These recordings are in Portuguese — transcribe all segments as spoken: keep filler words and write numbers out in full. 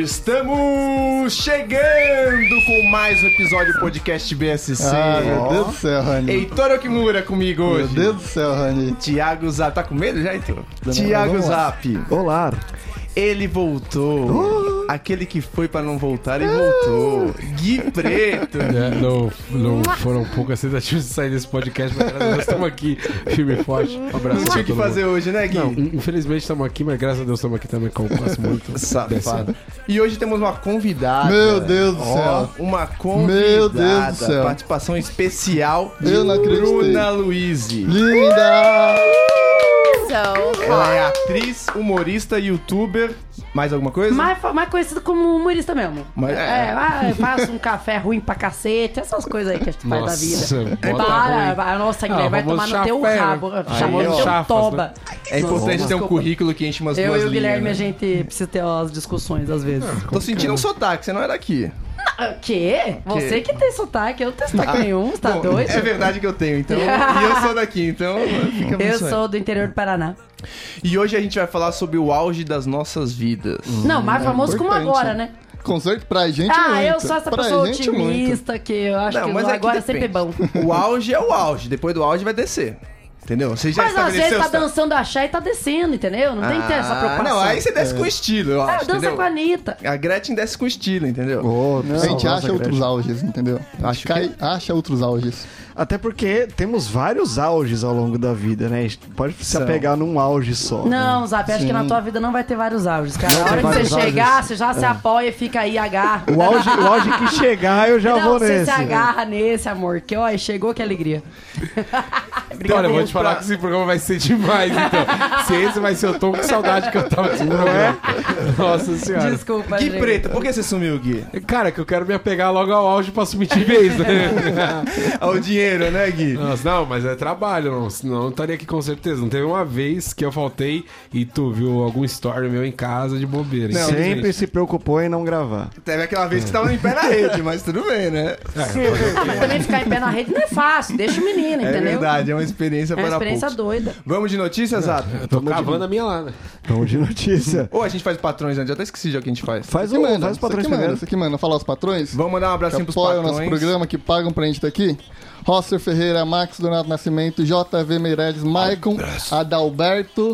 Estamos chegando com mais um episódio do podcast B S C. Ah, meu Deus do céu, Rani. Heitor Okimura comigo hoje. Meu Deus do céu, Rani. Thiago Zap. Tá com medo já, Heitor? Thiago Zap. Olá. Ele voltou. Uh. Aquele que foi pra não voltar e uh. voltou. Gui Preto. É, não, não foram poucas tentativas de sair desse podcast, mas graças a Deus estamos aqui, firme e forte. Um abraço. Não tinha o que fazer mundo. Hoje, né, Gui? Não, infelizmente estamos aqui, mas graças a Deus estamos aqui também, como quase muito. Safado. E hoje temos uma convidada. Meu Deus do céu. Oh, uma convidada. Meu Deus do céu. Participação especial de Eu não acreditei. Bruna Luiz. Linda! Ela é atriz, humorista, youtuber. Mais alguma coisa? Mais, mais conhecido como humorista mesmo. Mas, é, é. Faço um café ruim pra cacete, essas coisas aí que a gente faz nossa, da vida. Para, para, nossa, Guilherme, ah, vai tomar no teu rabo. Chamou no teu toba. Né? É importante nossa, ter um currículo que enche umas eu duas linhas. Eu e o Guilherme, né? a gente precisa ter umas discussões às vezes. Ah, tô sentindo um sotaque, você não é daqui. O quê? Você que tem sotaque, eu não tenho sotaque ah, nenhum, você tá bom, doido? É verdade que eu tenho, então. E eu sou daqui, então. Fica eu sou do interior do Paraná. E hoje a gente vai falar sobre o auge das nossas vidas. Não, mais famoso é como agora, né? Com certeza, pra gente ah, muito. Ah, eu sou essa pra pessoa gente otimista muito. Que eu acho não, que é agora sempre é bom. O auge é o auge, depois do auge vai descer. Entendeu? Você já mas às vezes tá esta... dançando axé e tá descendo, entendeu? Não ah, tem que ter essa preocupação. Não, aí você desce é. com estilo, eu acho. Ah, dança entendeu? com a Anitta. A Gretchen desce com estilo, entendeu? Oh, não, a gente acha Gretchen. Outros auges, entendeu? Acho que acha outros auges. Até porque temos vários auges ao longo da vida, né? A gente pode se São. apegar num auge só. Não, né? Zap, acho que na tua vida não vai ter vários auges, cara. Na hora que você chegar, auges. Você já é. se apoia e fica aí, agarra. O auge, o auge que chegar, eu já não, vou nesse. Não, você se agarra né? nesse, amor, que ó, chegou, que alegria. Olha, eu vou te falar que esse programa vai ser demais, então. Se esse vai ser o tom, que saudade que eu tava desse programa. Nossa senhora. Desculpa, Gui gente. Preto, por que você sumiu, Gui? Cara, que eu quero me apegar logo ao auge pra sumir de vez, né? Ao dinheiro, né, Gui? Nossa, não, mas é trabalho, não, senão eu não estaria aqui com certeza. Não teve uma vez que eu faltei e tu viu algum story meu em casa de bobeira. Não, sempre se preocupou em não gravar. Teve aquela vez que tava em pé na rede, mas tudo bem, né? É, também ficar em pé na rede não é fácil, deixa o menino, entendeu? É verdade, é uma experiência para poucos. É uma experiência doida. Vamos de notícias, Zap? Eu tô cavando a minha lá, né? Vamos de notícia. Ou a gente faz patrões antes, eu até esqueci já o que a gente faz. Faz, o, manda, faz os patrões primeiro. Você que manda, falar os patrões? Vamos mandar um abracinho pros patrões. Que apoiam o nosso programa, que pagam pra gente estar aqui. Rosser Ferreira, Max Donato Nascimento, J V Meireles, Maicon, Adalberto...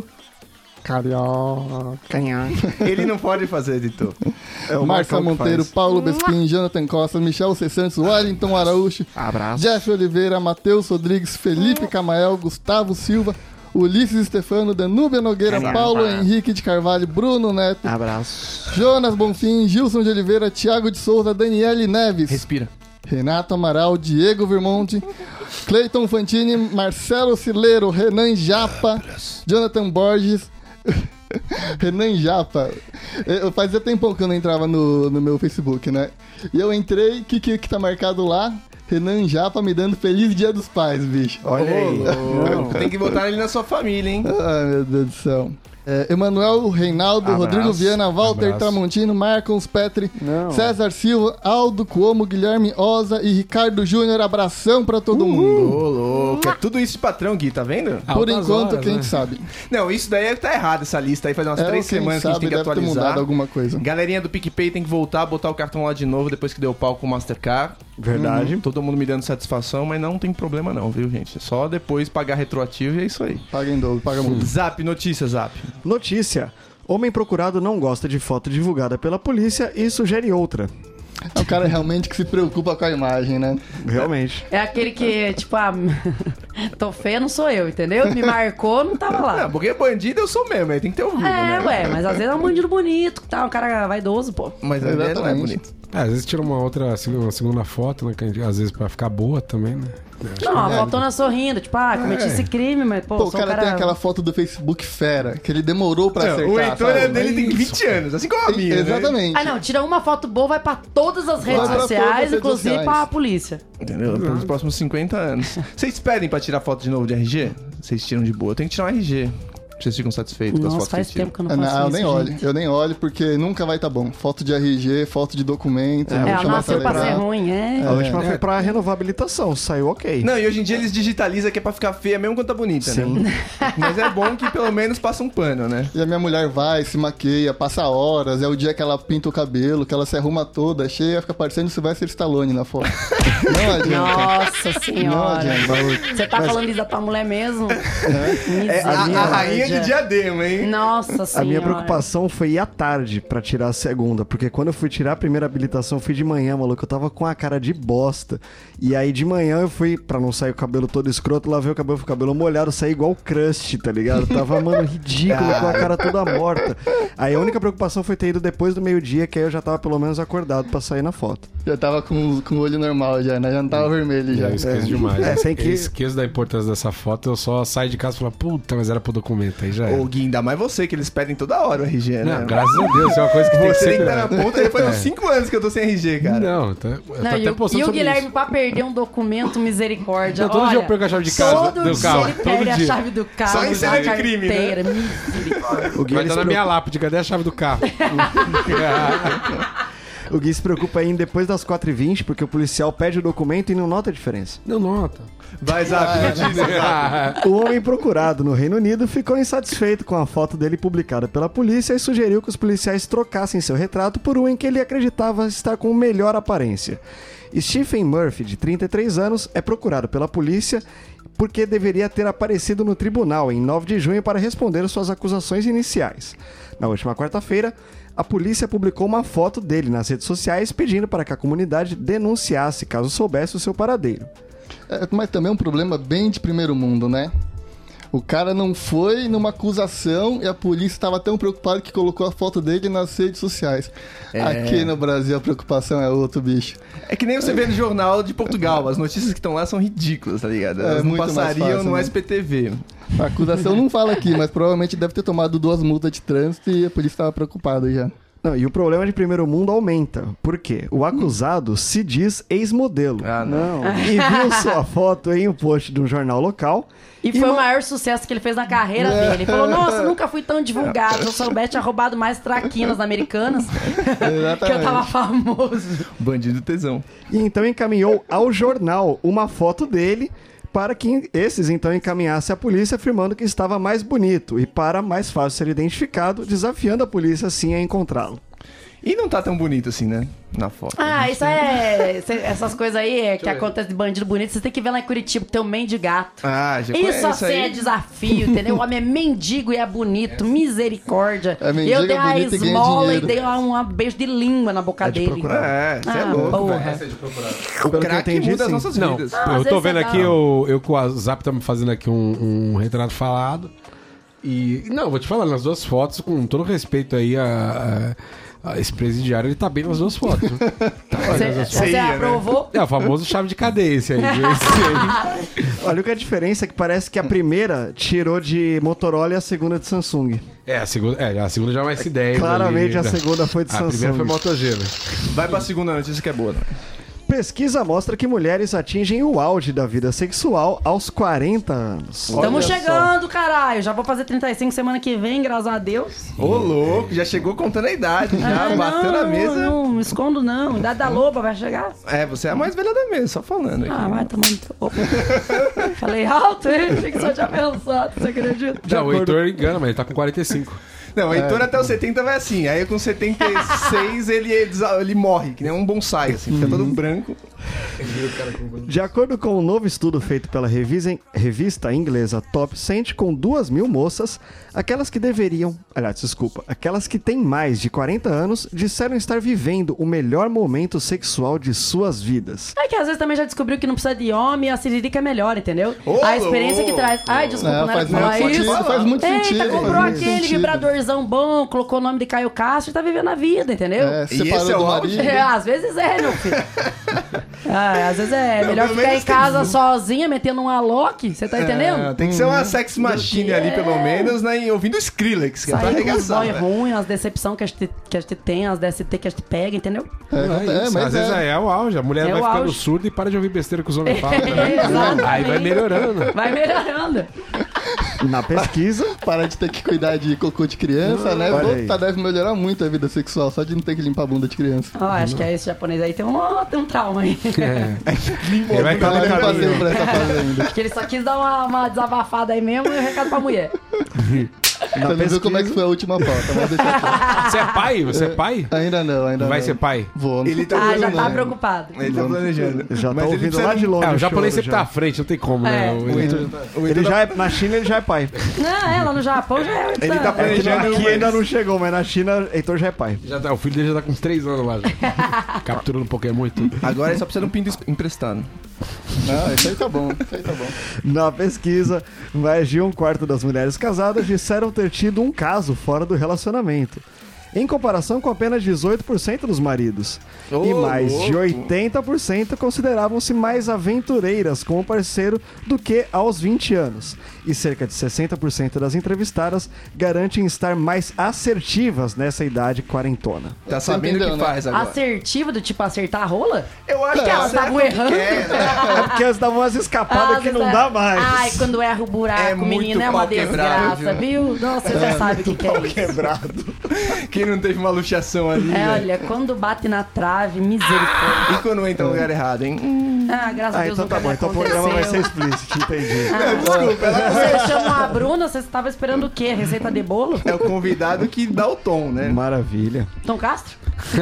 Carioca. Ele não pode fazer, editor. É o Marca Monteiro, faz. Paulo Bespin, Jonathan Costa, Michel C. Santos, Wellington Araújo, abraço. Jeff Oliveira, Matheus Rodrigues, Felipe Camael, Gustavo Silva, Ulisses Stefano, Danúbia Nogueira, Caramba. Paulo Henrique de Carvalho, Bruno Neto, abraço. Jonas Bonfim, Gilson de Oliveira, Thiago de Souza, Daniele Neves. Respira. Renato Amaral, Diego Vermonte, Cleiton Fantini, Marcelo Cileiro, Renan Japa, Jonathan Borges, Renan Japa. Eu fazia tempo que eu não entrava no, no meu Facebook, né? E eu entrei, o que, que que tá marcado lá? Renan Japa me dando Feliz Dia dos Pais, bicho. Olha aí. Oh, tem que botar ele na sua família, hein? Ai, meu Deus do céu. É, Emanuel, Reinaldo, abraço, Rodrigo Viana, Walter abraço. Tramontino, Marcos Petri, Não. César Silva, Aldo Cuomo, Guilherme Oza e Ricardo Júnior. Abração pra todo Uhul. mundo. Ô, louco. É tudo isso de patrão, Gui, tá vendo? Por Altas enquanto, horas, quem né? sabe. Não, isso daí é que tá errado, essa lista aí. Faz umas É, três quem semanas sabe, que a gente tem que deve ter atualizar. mudado alguma coisa. Galerinha do PicPay tem que voltar, botar o cartão lá de novo depois que deu pau com o Mastercard. Verdade. Uhum. Todo mundo me dando satisfação, mas não tem problema não, viu, gente? É só depois pagar retroativo e é isso aí. Paga em dobro, paga muito. Zap, notícia, Zap. Notícia. Homem procurado não gosta de foto divulgada pela polícia e sugere outra. É um cara realmente que se preocupa com a imagem, né? Realmente. É aquele que, tipo, ah, tô feia, não sou eu, entendeu? Me marcou, não tava lá. Não, porque bandido eu sou mesmo, aí tem que ter orgulho, É, né? ué, mas às vezes é um bandido bonito, tá? Um cara vaidoso, pô. Mas ele não é Exatamente. bonito. É, às vezes tira uma outra, uma segunda foto, né? Que a gente- às vezes pra ficar boa também, né? Não, a fotona sorrindo, tipo, ah, cometi É. esse crime, mas, pô, Pô, o sou um cara, cara... tem aquela foto do Facebook fera, que ele demorou pra Não, acertar. o Heitor sabe? é dele tem Isso. vinte anos, assim como a minha, né? Exatamente. Ah, não, tira uma foto boa, vai pra todas as redes Vai pra sociais, todas as redes inclusive sociais. pra polícia. Entendeu? Pelos próximos cinquenta anos. Vocês pedem pra tirar foto de novo de R G? Vocês tiram de boa. Eu tenho que tirar um R G. Vocês ficam satisfeitos com as Nossa, fotos faz que tiram? tempo que eu não Ah, faço não, eu isso, nem olho. gente. Eu nem olho porque nunca vai estar bom. Foto de R G, foto de documento. É, não É, chama nasceu pra legal. ser ruim, é. A última É. foi pra renovar a habilitação, saiu ok. Não, e hoje em dia eles digitalizam que é pra ficar feia mesmo quando tá bonita, Sim. né? Mas é bom que pelo menos passa um pano, né? E a minha mulher vai, se maqueia, passa horas. É o dia que ela pinta o cabelo, que ela se arruma toda, cheia, fica parecendo Sylvester Stallone na foto. Não adianta. Nossa Não senhora. adianta. Você tá falando isso da tua mulher mesmo? É a, a rainha de diadema, hein? Nossa senhora. A minha preocupação foi ir à tarde pra tirar a segunda, porque quando eu fui tirar a primeira habilitação, eu fui de manhã, maluco, eu tava com a cara de bosta. E aí de manhã eu fui, pra não sair o cabelo todo escroto, lavei o cabelo, o cabelo molhado, saí igual o Crust, tá ligado? Tava, mano, ridículo, com a cara toda morta. Aí a única preocupação foi ter ido depois do meio-dia, que aí eu já tava pelo menos acordado pra sair na foto. Já tava com, com o olho normal já, né? Já não tava vermelho já. Eu esqueço demais. É, tem que- Eu esqueço da importância dessa foto, eu só saio de casa e falo, puta, mas era pro documento, aí já é. Ô, Gui, ainda mais você, que eles pedem toda hora o R G, né? Não, graças a Deus, é uma coisa que tem que Você tem ser... que estar na ponta, depois de uns cinco anos que eu tô sem R G, cara. Não, tá, eu tô Não, até e, o, postando e o sobre Guilherme, isso. pra perder um documento, misericórdia. Não, todo Olha, dia eu perco a chave de casa todo do dia carro, ele todo perde a dia. chave do carro, Só em da cena de crime, né? carteira, misericórdia. O Gui, Vai ele estar se na minha lápide, cadê a chave do carro? O Gui se preocupa em ir depois das quatro e vinte, porque o policial pede o documento e não nota a diferença. Não nota. Vai, Zap, notícia, Zap. O homem procurado no Reino Unido ficou insatisfeito com a foto dele publicada pela polícia e sugeriu que os policiais trocassem seu retrato por um em que ele acreditava estar com melhor aparência. Stephen Murphy, de trinta e três anos, é procurado pela polícia porque deveria ter aparecido no tribunal em nove de junho para responder suas acusações iniciais. Na última quarta-feira, a polícia publicou uma foto dele nas redes sociais pedindo para que a comunidade denunciasse caso soubesse o seu paradeiro. É, mas também é um problema bem de primeiro mundo, né? O cara não foi numa acusação e a polícia estava tão preocupada que colocou a foto dele nas redes sociais. É. Aqui no Brasil a preocupação é outro, bicho. É que nem você vê no jornal de Portugal, as notícias que estão lá são ridículas, tá ligado? É, Elas não muito mais passariam fácil, no né? S B T V. A acusação não fala aqui, mas provavelmente deve ter tomado duas multas de trânsito e a polícia estava preocupada já. Não, e o problema de primeiro mundo aumenta. Por quê? O acusado se diz ex-modelo. Ah, não. E viu sua foto em um post de um jornal local. E foi o maior sucesso que ele fez na carreira É. dele. Ele falou, nossa, nunca fui tão divulgado. Se eu soubesse, tinha roubado mais traquinas americanas. Que eu tava famoso. Bandido tesão. E então encaminhou ao jornal uma foto dele para que esses então encaminhassem à polícia afirmando que estava mais bonito e para mais fácil ser identificado, desafiando a polícia assim a encontrá-lo. E não tá tão bonito assim, né? Na foto. Ah, isso é... cê- Essas coisas aí é que acontecem de bandido bonito. Vocês têm que ver lá em Curitiba, que tem um mendigato. Ah, já Isso conheço assim aí. é desafio, entendeu? O homem é mendigo e é bonito, misericórdia. É mendigo, eu dei é uma bonito e ganha esmola e dinheiro. dei um, um beijo de língua na boca É de dele. procurar. É, você é Ah, louco, porra. velho. Pelo O que eu crack entendi, muda as sim. nossas Não, vidas. Ah, às eu tô vezes vendo é aqui, da- eu, eu com o Zap estamos fazendo aqui um, um retrato falado. E, não, vou te falar, nas duas fotos, com todo respeito aí a, a, a esse presidiário, ele tá bem nas duas fotos. viu? Tá bem nas Você, duas você fotos. Ceia, né? aprovou? É o famoso chave de cadeia esse aí. viu? Esse aí. Olha o que é a diferença é que parece que a primeira tirou de Motorola e a segunda de Samsung. É, a segunda, é, a segunda já é mais dez. Claramente ali, a né? segunda foi de A Samsung. primeira foi Moto G, né? Vai pra segunda notícia que é boa, né? Pesquisa mostra que mulheres atingem o auge da vida sexual aos quarenta anos. Estamos só. chegando, caralho. Já vou fazer trinta e cinco semana que vem, graças a Deus. Ô, louco, já chegou contando a idade, já Ah, bateu não, na mesa. Não, não escondo não. Idade da loba vai chegar. É, você é a mais velha da mesa, só falando aqui. Ah, vai tomando. Opa. Falei alto, hein? Achei que só tinha pensado, você acredita? Não, o Heitor engana, mas ele tá com quarenta e cinco. Não, o Heitor até os setenta vai assim, aí com setenta e seis ele, desa- ele morre, que nem um bonsai, assim, fica todo branco. De acordo com um novo estudo feito pela revisa- revista inglesa Top cem, com duas mil moças, aquelas que deveriam, aliás, desculpa, aquelas que têm mais de quarenta anos, disseram estar vivendo o melhor momento sexual de suas vidas. É que às vezes também já descobriu que não precisa de homem e a Siririca é melhor, entendeu? Ô, a experiência que louco. traz. Ai, desculpa, É, não era faz pra falar muito isso. sentido, faz muito Eita, sentido, comprou faz muito aquele sentido. vibradorzão bom, colocou o nome de Caio Castro e tá vivendo a vida, entendeu? É, E separou esse é o do auge? marido. É, às vezes é, meu filho. Ah, às vezes é melhor pelo ficar em menos tem- casa sozinha, metendo um Alok, você tá entendendo? É, tem que ser uma sex machine ali, pelo menos, né, e ouvindo Skrillex, que é pra Sair com os arregaçar. boy né? ruins, as decepções que a, gente, que a gente tem, as D S T que a gente pega, entendeu? É, é, Às mas vezes é. é. o auge. A mulher É vai o ficando auge. surda e para de ouvir besteira que os homens falam. Exatamente. Aí vai melhorando. Vai melhorando. Na pesquisa... Para de ter que cuidar de cocô de criança, né? Olha aí. Puta, deve melhorar muito a vida sexual, só de não ter que limpar a bunda de criança. Ó, acho que é esse japonês aí tem um, tem um trauma aí. É. Ele vai estar Eu no não passei caminho. por essa fase ainda. Acho que ele só quis dar uma, uma desabafada aí mesmo e um recado pra mulher. Na Você não viu como é que foi a última pauta, mas deixa aqui. Você é pai? Você é pai? Ainda não, ainda Vai não. ser pai? Vou. não Ele tá Ah, já planejando. tá preocupado. Ele tá planejando. Já Mas tá ele ouvindo precisa- lá de longe. É, o o japonês choro sempre já. tá à frente, não tem como, né? É. O- O Heitor- o Heitor Ele tá- já é, na China ele já é pai. Não, é, lá no Japão já é. Ele tá É que planejando. aqui mas- ainda não chegou, mas na China Heitor já é pai. Já tá, o filho dele já tá com uns três anos lá, já. Capturando Pokémon e tudo. Agora ele só precisa de um pinto es- emprestado. Não, isso aí tá bom, isso aí tá bom. Na pesquisa, mais de um quarto das mulheres casadas disseram ter tido um caso fora do relacionamento, em comparação com apenas dezoito por cento dos maridos. Ô, e mais de louco. oitenta por cento consideravam-se mais aventureiras com o parceiro do que aos vinte anos. E cerca de sessenta por cento das entrevistadas garantem estar mais assertivas nessa idade quarentona. Tá Você sabendo o entendeu, que né? faz agora. Assertiva do tipo acertar a rola? Eu acho Que elas estavam errando. É porque elas davam umas escapadas Ah, que você não tá- dá mais. Ai, quando erra o buraco, É muito menino, é uma pau quebrado, desgraça, viu? Nossa, você já sabe o que, que é isso. Quebrado. Quem não teve uma luxação ali, É, velho? olha, quando bate na trave, misericórdia. E quando entra no lugar errado, hein? Hum, Ah, graças a Ah, Deus então nunca tá bom. me Então o programa vai ser aconteceu. explícito, entendi. Ah, Você chamou a Bruna, você estava esperando o quê? Receita de bolo? é o convidado que dá o tom, né? Maravilha. Tom Castro?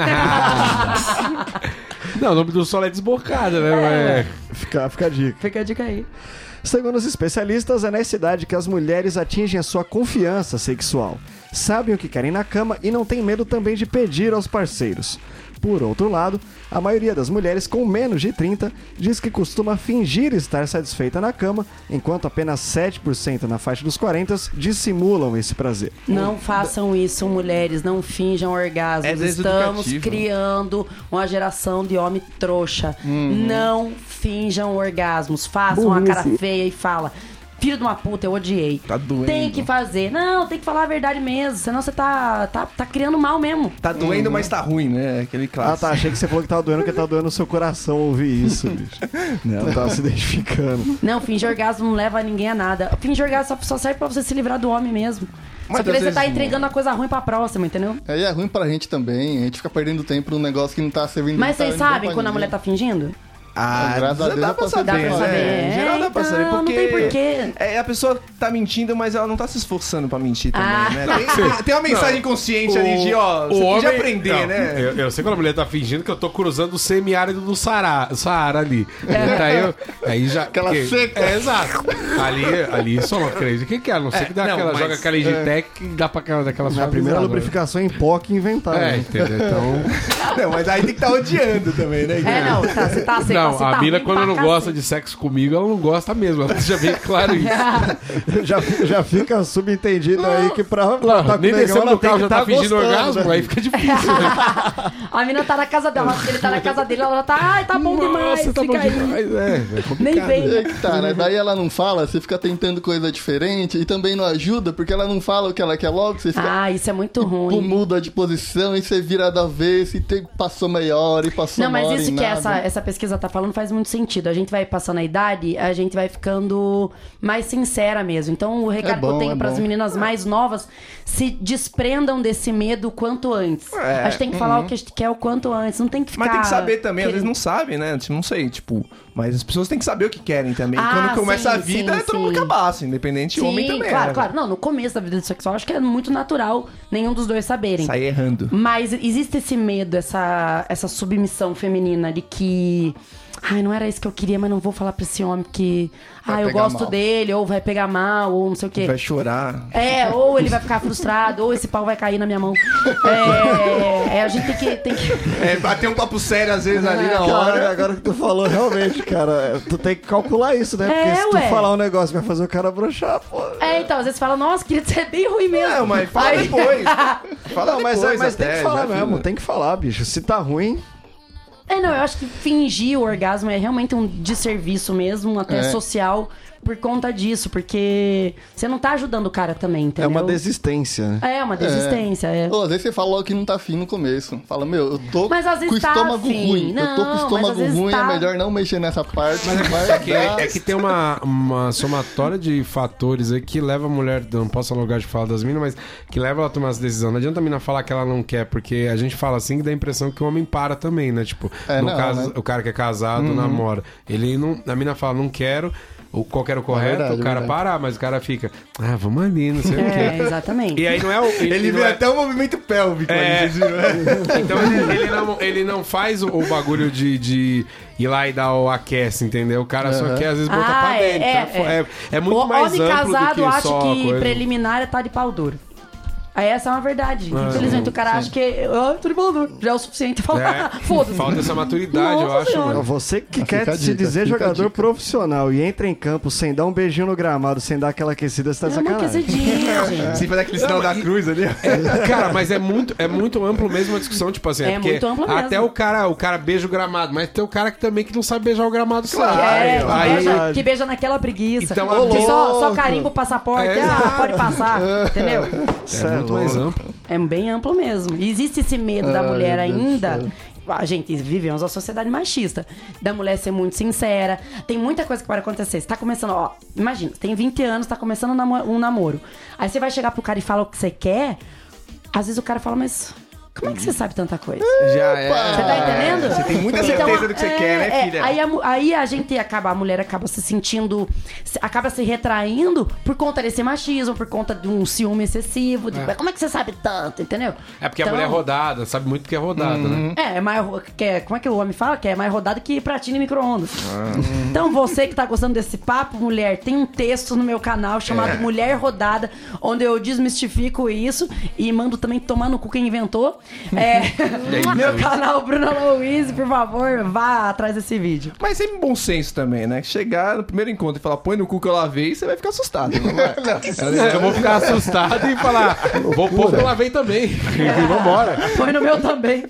Não, o nome do solo é desbocada, né? É, Mas- Fica, fica a dica. Fica a dica aí. Segundo os especialistas, é nessa idade que as mulheres atingem a sua confiança sexual, sabem o que querem na cama e não têm medo também de pedir aos parceiros. Por outro lado, a maioria das mulheres com menos de trinta diz que costuma fingir estar satisfeita na cama, enquanto apenas sete por cento na faixa dos quarenta dissimulam esse prazer. Não façam isso, mulheres. Não finjam orgasmos. É Estamos deseducativo. criando uma geração de homem trouxa. Não finjam orgasmos. Façam uma cara feia e fala: filho de uma puta, eu odiei. Tá doendo. Tem que fazer. Não, tem que falar a verdade mesmo. Senão você tá, tá, tá criando mal mesmo. Tá doendo, mas tá ruim, né? Aquele Ah, clássico. tá. Achei que você falou que tava doendo, porque tava doendo no seu coração ouvir isso, bicho. Não, tava se identificando. Não, fingir orgasmo não leva ninguém a nada. Fingir orgasmo só, só serve pra você se livrar do homem mesmo. Mas só que daí às você tá vezes entregando a coisa ruim pra próxima, entendeu? Aí é ruim pra gente também, a gente fica perdendo tempo num negócio que não tá servindo. Mas não tá vocês indo bem sabem pra quando a ninguém. mulher tá fingindo? Ah, Graças a já Deus dá eu pra posso saber, Dá pra né? saber. Em geral dá pra Então, saber, porque... não tem porquê. É, a pessoa tá mentindo, mas ela não tá se esforçando pra mentir também, Ah. né? Tem, tem- tem uma mensagem consciente ali de, ó, você podia aprender, não, né? Eu, eu sei quando a mulher tá fingindo que eu tô cruzando o semiárido do Saara, Saara ali. Aí, eu, aí já. Aquela porque- seca. É, exato. Ali, ali só não acredito. O que que é? A não sei É, que dá não, aquela, mas- joga aquela Egitec que dá pra aquela daquela A suavizada, primeira né? lubrificação em pó que inventaram. É, né? entendeu? Então. Não, mas aí tem que estar odiando também, né? É, não, tá, você tá sem Não, você a tá mina, ruim quando pra não cacete. gosta de sexo comigo, ela não gosta mesmo. Ela deixa bem claro isso. Já, já fica subentendido aí que pra, pra Não, tá com nem o negão, descendo ela do tem carro que já tá tá fingindo gostando, orgasmo, né? aí fica difícil. Né? A mina tá na casa dela, ele tá na casa dele, ela tá, ai, tá bom demais, Nossa, tá fica bom aí. demais. É, é Nem complicado. vem. Aí que tá, né? Daí ela não fala, você fica tentando coisa diferente e também não ajuda, porque ela não fala o que ela quer logo, você fica. Ah, isso é muito Tipo, ruim. muda de posição e você vira da vez e tem, passou meia hora e passou Não, uma mas hora isso e que nada. essa, essa pesquisa tá falando faz muito sentido. A gente vai passando a idade, a gente vai ficando mais sincera mesmo. Então, o recado É bom, que eu tenho é pras bom. meninas mais novas, se desprendam desse medo o quanto antes. É, a gente tem que falar o que a gente quer o quanto antes. Não tem que ficar... Mas tem que saber também, às vezes querendo- não sabe, né? Tipo, não sei, tipo... Mas as pessoas têm que saber o que querem também. Ah, Quando começa sim, a vida, sim, é todo mundo sim. cabaço, independente, Sim, homem também. claro, é, claro. Não, no começo da vida sexual, acho que é muito natural nenhum dos dois saberem. Sai errando. Mas existe esse medo, essa, essa submissão feminina de que... Ai, não era isso que eu queria, mas não vou falar pra esse homem que... Vai Ah, eu pegar gosto mal. dele, ou vai pegar mal, ou não sei o quê. Vai chorar. É, ou ele vai ficar frustrado, ou esse pau vai cair na minha mão. É, é, a gente tem que... Tem que... É, bater um papo sério às vezes ali na Cara, hora. agora que tu falou, realmente, cara, tu tem que calcular isso, né? Porque É, se tu ué. falar um negócio vai fazer o cara broxar, pô. É, então, às vezes fala, nossa, queria ser bem ruim mesmo. Não, mas fala Aí- depois. Fala Não, mas, depois mas tem até, que falar já mesmo, viu. tem que falar, bicho. Se tá ruim, É, não, eu acho que fingir o orgasmo é realmente um desserviço mesmo, até É. social, por conta disso, porque você não tá ajudando o cara também, entendeu? É uma desistência, né? É, uma desistência, é. Pô, às vezes você fala logo que não tá afim no começo. Fala, meu, eu tô Mas às com o vezes tá estômago afim. ruim. eu tô com o Não, mas estômago às vezes ruim, tá. é melhor não mexer nessa parte. Mas vai É que, dar- é que tem uma, uma somatória de fatores aí que leva a mulher, não posso alugar de falar das minas, mas que leva ela a tomar essa decisão. Não adianta a mina falar que ela não quer, porque a gente fala assim que dá a impressão que o homem para também, né? Tipo, É, no não, caso, né? o cara que é casado, namora. Ele não, a mina fala, não quero, o, qual que era o correto, verdade, o cara verdade. para, mas o cara fica, ah, vamos ali, não sei o É, quê. exatamente. E aí não é o... e- Ele e não vê é- até o movimento pélvico É. aí, vocês viram, né? Então ele, ele não, ele não faz o, o bagulho de, de ir lá e dar o aquece, entendeu? O cara só Uhum. quer às vezes botar Ah, pra é, dentro. é, Então, é. é, é muito o mais homem amplo casado do que acha só a que coisa. preliminar é tá de pau duro. Aí essa é uma verdade. Ah, Infelizmente, o cara acha que ah, tô de pau duro. Já é o suficiente falar. É, Foda-se. falta essa maturidade, eu Nossa acho, Senhora. mano. Você que Ah, quer fica a se dica, dizer fica a jogador dica. profissional e entra em campo sem dar um beijinho no gramado, sem dar aquela aquecida, você tá de É uma sacanagem. aquecidinha, gente. Sem fazer aquele sinal da cruz ali, ó. É, cara, mas é muito, é muito amplo mesmo a discussão, tipo assim, É porque muito amplo mesmo. até o cara, o cara beija o gramado, mas tem o cara que também que não sabe beijar o gramado Claro. certo. É, que, Aí- beija, que beija naquela preguiça. Então, que ô, só, só louco. carimba o passaporte. É, ah, exato. pode passar. Entendeu? Cê É muito mais louco. amplo. É bem amplo mesmo. E existe esse medo da Ai, mulher meu Deus do ainda. céu. A gente vivemos uma sociedade machista. Da mulher ser muito sincera. Tem muita coisa que pode acontecer. Você tá começando, ó. Imagina, você tem vinte anos, tá começando um namo- um namoro. Aí você vai chegar pro cara e fala o que você quer. Às vezes o cara fala, mas como é que você sabe tanta coisa? Já é. Você tá entendendo? Você tem muita Então, certeza do que você é, quer, né, é, filha? Aí a, mu- aí a gente acaba, a mulher acaba se sentindo, se- acaba se retraindo por conta desse machismo, por conta de um ciúme excessivo. de- É. Como é que você sabe tanto, entendeu? É porque a Então, mulher é rodada, sabe muito que é rodada, né? É, é mais, ro- que é, como é que o homem fala? Que é mais rodado que pratinho e micro-ondas. Ah. Então você que tá gostando desse papo, mulher, tem um texto no meu canal chamado É. Mulher Rodada, onde eu desmistifico isso e mando também tomar no cu quem inventou. É, meu canal Bruna Louise, por favor, vá atrás desse vídeo. Mas sempre bom senso também, né? Chegar no primeiro encontro e falar, põe no cu que eu lavei, você vai ficar assustado. Não vai? Eu vou ficar assustado e falar, vou pôr que eu lavei também. E vambora. Põe no meu também.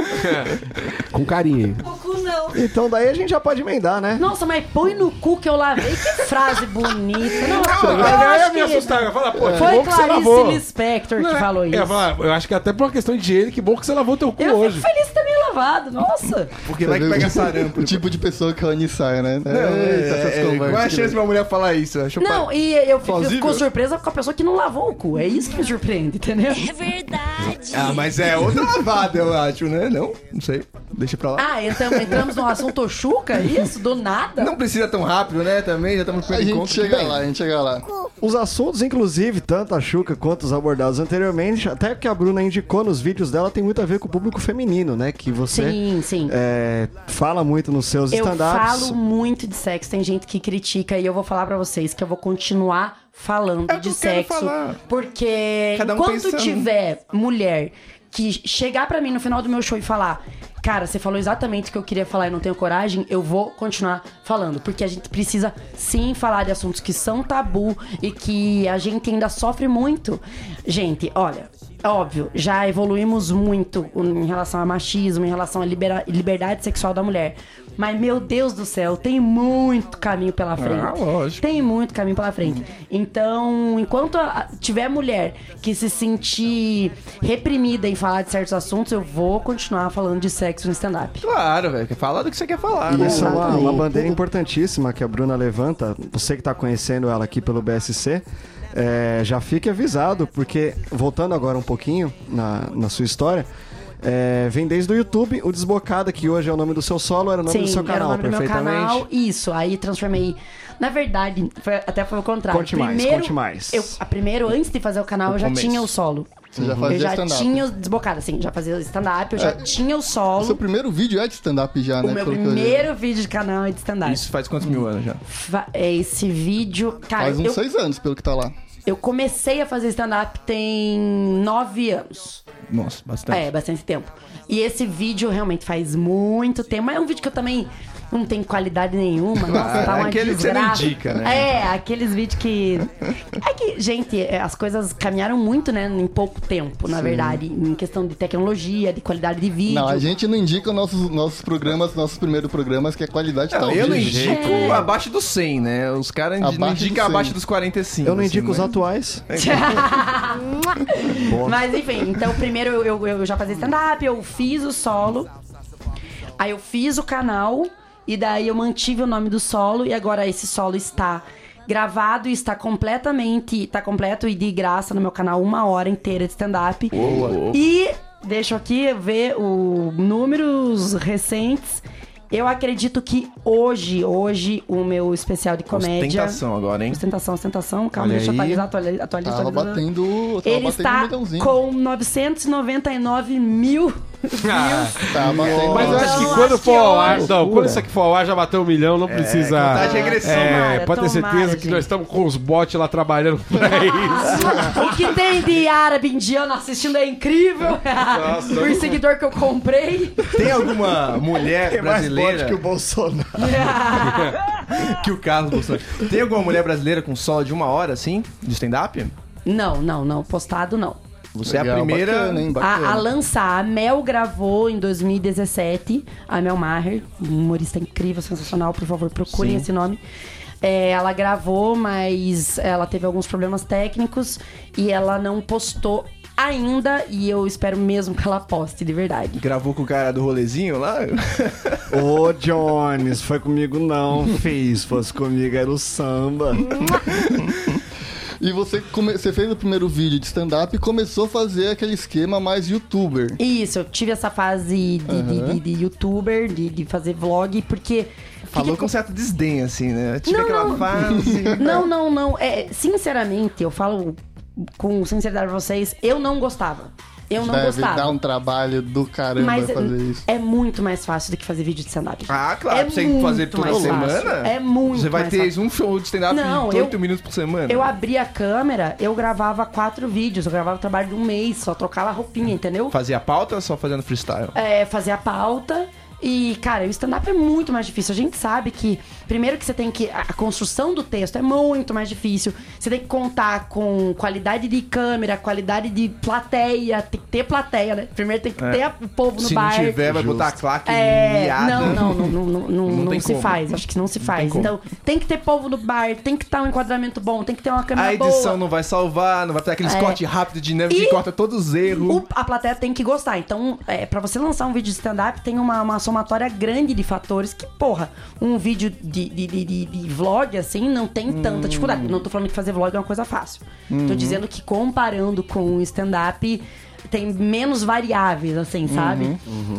Com carinho. Então daí a gente já pode emendar, né? Nossa, mas põe no cu que eu lavei. Que frase bonita. Não, eu Aí eu acho me que assustar, eu ia falar, pô, que foi bom que você Clarice lavou. Lispector que Não, falou eu isso. ia falar, eu acho que até por uma questão de higiene, que bom que você lavou teu cu Eu hoje. fico feliz também lavado, nossa. Porque vai que pega sarampo. O tipo de pessoa que a Annie sai, né? Não, Eita, essas é, é, conversas. qual é a chance de uma mulher falar isso? Acho Não, e eu fico, Plausível? fico surpresa com a pessoa que não lavou o cu. É isso que me surpreende, entendeu? É verdade. Ah, mas é outra lavada, eu acho, né? Não, não sei. Deixa pra lá. Ah, então entramos num assunto chuca, isso? Do nada? Não precisa tão rápido, né? Também, já estamos no A primeiro gente encontro. chega Bem, lá, a gente chega lá. Os assuntos, inclusive, tanto a Xuca quanto os abordados anteriormente, até que a Bruna indicou nos vídeos dela, tem muito a ver com o público feminino, né? Que você Sim, sim. é, fala muito nos seus Eu stand-ups. falo muito de sexo, tem gente que critica e eu vou falar pra vocês que eu vou continuar falando É o que de eu quero sexo, falar. porque Cada um enquanto pensando. tiver mulher que chegar pra mim no final do meu show e falar: cara, você falou exatamente o que eu queria falar e não tenho coragem, eu vou continuar falando. Porque a gente precisa, sim, falar de assuntos que são tabu e que a gente ainda sofre muito. Gente, olha, óbvio, já evoluímos muito em relação a machismo, em relação à libera- liberdade sexual da mulher. Mas, meu Deus do céu, tem muito caminho pela frente. Ah, lógico. Tem muito caminho pela frente. Então, enquanto a- tiver mulher que se sentir reprimida em falar de certos assuntos, eu vou continuar falando de sexo no stand-up. Claro, velho. Fala do que você quer falar, E né? isso é uma, Exatamente. uma bandeira importantíssima que a Bruna levanta. Você que tá conhecendo ela aqui pelo B S C, é, já fique avisado, porque, voltando agora um pouquinho na, na sua história, é, vem desde o YouTube, o Desbocada, que hoje é o nome do seu solo, era o nome Sim, do seu era canal, o nome do meu perfeitamente. canal. Isso, aí transformei. Na verdade, foi- até foi o contrário. Conte mais, primeiro, conte mais. Eu, a primeiro, antes de fazer o canal, O eu já começo. tinha o solo. Você já Eu fazia já stand-up. tinha o desbocado, assim, já fazia stand-up, eu já É, tinha o solo. Seu primeiro vídeo é de stand-up já, O né? meu Pelo que eu vi. primeiro vídeo de canal é de stand-up. Isso faz quantos mil anos já? Fa- é Esse vídeo. Cara, Faz uns eu, seis anos, pelo que tá lá. eu comecei a fazer stand-up tem nove anos. Nossa, bastante. É, bastante tempo. E esse vídeo realmente faz muito tempo. Mas é um vídeo que eu também não tem qualidade nenhuma. Nossa, tá uma aquele que você não desgraça. indica, né? É, aqueles vídeos que... É que, gente, é, as coisas caminharam muito, né, em pouco tempo, na verdade. Em questão de tecnologia, de qualidade de vídeo. Não, a gente não indica os nossos, nossos programas, nossos primeiros programas, que a qualidade tá Não, eu não horrível. indico É. abaixo dos cem, né? Os caras indi- não Abaixo indicam dos cem. abaixo dos quarenta e cinco. Eu não indico assim, os mas- atuais. Mas enfim, então primeiro eu, eu, eu já fazia stand-up, eu fiz o solo, aí eu fiz o canal, e daí eu mantive o nome do solo, e agora esse solo está gravado e está completamente, está completo e de graça no meu canal, uma hora inteira de stand-up. E deixa eu aqui ver os números recentes. Eu acredito que hoje, hoje, o meu especial de comédia... Ostentação agora, hein? Ostentação, ostentação. Calma, Olha deixa eu aí. atualizar, atualizar, atualizar. Tava batendo, tava Ele batendo um está milhãozinho. com novecentos e noventa e nove mil Ah, Tá batendo. mas eu acho que Então, quando acho for que ao ar, hoje- não, quando isso aqui for ao ar já bateu um milhão, não precisa. contagem regressiva. É, Tomara, pode ter certeza tomara, que gente. nós estamos com os bots lá trabalhando pra isso. O que tem de árabe indiano assistindo é incrível. Por seguidor que eu comprei. Tem alguma mulher Tem mais brasileira bote que o Bolsonaro. que o Carlos Bolsonaro? Tem alguma mulher brasileira com solo de uma hora, assim, de stand-up? Não, não, não. Postado não. Você é a Legal, primeira. bacana, hein? Bacana. A, a lançar, a Mel gravou em dois mil e dezessete. A Mel Maher, um humorista incrível, sensacional. Por favor, procurem esse nome. É, ela gravou, mas ela teve alguns problemas técnicos e ela não postou ainda. E eu espero mesmo que ela poste, de verdade. Gravou com o cara do rolezinho lá? Ô, Jones, foi comigo não, fiz. Se fosse comigo era o samba. E você, come... você fez o primeiro vídeo de stand-up e começou a fazer aquele esquema mais youtuber. Isso, eu tive essa fase de, de, Aham. de, de youtuber, de, de fazer vlog, porque... Falou que com certo desdém, assim, né? Tive Não, aquela não. fase. Não, não, não. É, sinceramente, eu falo com sinceridade pra vocês, eu não gostava. Eu não Deve gostava. dar um trabalho do caramba Mas fazer isso. é muito mais fácil do que fazer vídeo de stand-up. Ah, claro, É pra você muito fazer toda mais semana? fácil. É muito Você vai mais ter fácil. um show de stand-up Não, de eu- oito minutos por semana? Eu abria a câmera, eu gravava quatro vídeos, eu gravava o trabalho de um mês, só trocava a roupinha, entendeu? Fazia pauta ou só fazendo freestyle? É, fazia a pauta. E, cara, o stand-up é muito mais difícil. A gente sabe que, primeiro que você tem que... A construção do texto é muito mais difícil. Você tem que contar com qualidade de câmera, qualidade de plateia. Tem que ter plateia, né? Primeiro tem que É. ter o povo no Se bar. não tiver, vai Justo. botar a claque É, miada. não, não, não, não, não, não, Não não tem se como. faz. Acho que não se tem faz. como. Então, tem que ter povo no bar, tem que estar um enquadramento bom, tem que ter uma câmera A edição boa. não vai salvar, não vai ter aquele É. corte rápido, dinâmico, E que corta todos os erros. O- a plateia tem que gostar. Então, é, pra você lançar um vídeo de stand-up, tem uma, uma somatória grande de fatores que, porra, um vídeo de, de, de, de- de vlog, assim, não tem tanta dificuldade. Não tô falando que fazer vlog é uma coisa fácil. Tô dizendo que comparando com o stand-up, tem menos variáveis, assim, sabe?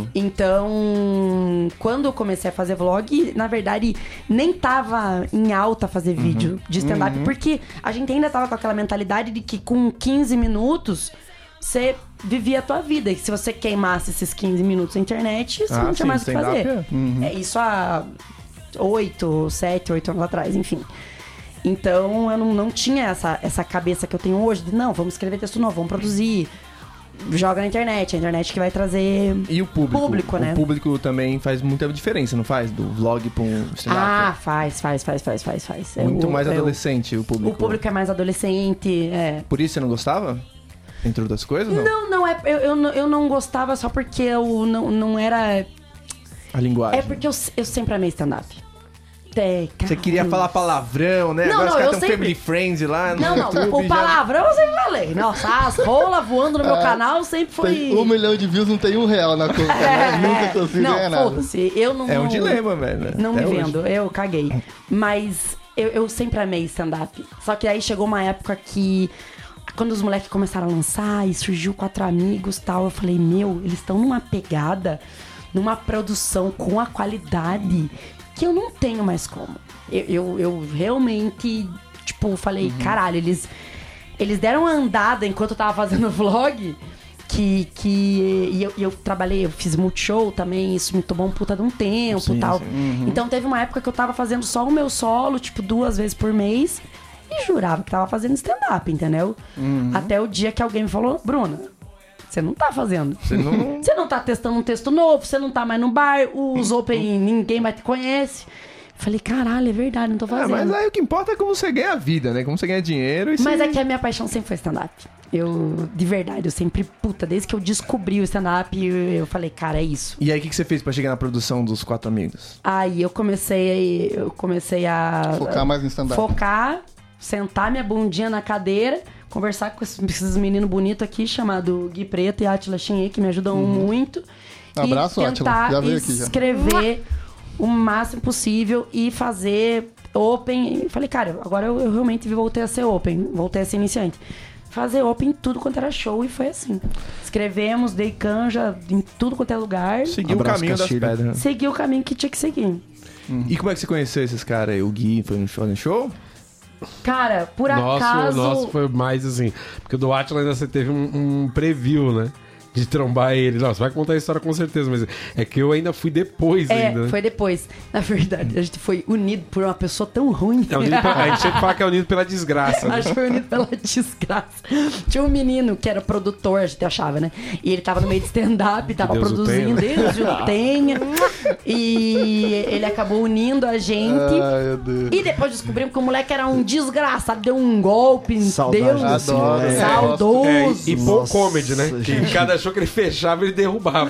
Então, quando eu comecei a fazer vlog, na verdade, nem tava em alta fazer vídeo de stand-up, porque a gente ainda tava com aquela mentalidade de que com quinze minutos você vivia a tua vida. E se você queimasse esses quinze minutos na internet, você Ah, não tinha sim, mais o que stand-up fazer. É isso há oito, sete, oito anos atrás, enfim. Então eu não, não tinha essa, essa cabeça que eu tenho hoje de não, vamos escrever texto novo, vamos produzir. Joga na internet, a internet que vai trazer E o público? público, né? O público também faz muita diferença, não faz? Do vlog pra um stand-up. Ah, faz, faz, faz, faz, faz, faz. É Muito o- mais é o- adolescente o público. O público é mais adolescente, é. Por isso você não gostava? Entre outras coisas, não? Não, não, é, eu, eu, não- eu não gostava só porque eu não, não era... A linguagem. É porque eu, eu sempre amei stand-up. É, Você queria caralho. falar palavrão, né? Não, Agora não, os caras eu têm um sempre- Family Friends lá no Não, não, YouTube. o já- palavrão eu sempre falei. Nossa, as rolas voando no meu canal sempre foi... Tem um milhão de views, não tem um real na conta, né? Nunca consigo não, ganhar nada. foda-se, eu não... É um não- dilema, velho. Não Até me hoje. vendo, eu caguei. Mas eu, eu sempre amei stand-up. Só que aí chegou uma época que... Quando os moleques começaram a lançar e surgiu Quatro Amigos e tal, eu falei, meu, eles estão numa pegada, numa produção com a qualidade que eu não tenho mais como. Eu, eu, eu realmente, tipo, falei, caralho, eles, eles deram uma andada enquanto eu tava fazendo o vlog... Que, que e eu, e eu trabalhei, eu fiz multishow também, isso me tomou um puta de um tempo e Sim, tal. sim. Então teve uma época que eu tava fazendo só o meu solo, tipo, duas vezes por mês, e jurava que tava fazendo stand-up, entendeu? Até o dia que alguém me falou, Bruna, Você não tá fazendo. Você não... Você não tá testando um texto novo, você não tá mais no bar, os open ninguém mais te conhece. Falei, caralho, é verdade, não tô Ah, fazendo. mas aí o que importa é como você ganha a vida, né? Como você ganha dinheiro e Mas você... é que a minha paixão sempre foi stand-up. Eu, de verdade, eu sempre, puta, desde que eu descobri o stand-up, eu, eu falei, cara, é isso. E aí, o que, que você fez pra chegar na produção dos Quatro Amigos? Aí eu comecei, eu comecei a... Focar mais no stand-up. Focar, sentar minha bundinha na cadeira, conversar com esses, esses meninos bonitos aqui, chamado Gui Preto e Átila Chinhê, que me ajudam Uhum. muito. Abraço, e Átila. tentar Já veio aqui, já. escrever o máximo possível e fazer open. E falei, cara, agora eu, eu realmente voltei a ser open, voltei a ser iniciante. Fazer open em tudo quanto era show e foi assim. Escrevemos, dei canja em tudo quanto é lugar. Seguiu o Abraço, caminho das Castilho. pedras. Segui o caminho que tinha que seguir. E como é que você conheceu esses caras aí? O Gui foi no show? No show? Cara, por Nosso, acaso. nosso foi mais assim. Porque do Átila ainda você teve um, um preview, né? De trombar ele. Não, você vai contar a história com certeza, mas é que eu ainda fui depois É, ainda. né? foi depois. Na verdade, a gente foi unido por uma pessoa tão ruim. É unido pela- a gente sempre fala que é unido pela desgraça. Né? Acho que foi unido pela desgraça. Tinha um menino que era produtor, a gente achava, né? E ele tava no meio de stand-up, tava Deus o produzindo, tenha, Deus o tenha. E ele acabou unindo a gente. Ai, meu Deus. E depois descobrimos que o moleque era um desgraçado, deu um golpe. Saudade Deus do desse céu. moleque. Saudoso. É, e, e Paul Nossa, Comedy, né? Que gente. cada show que ele fechava, ele derrubava.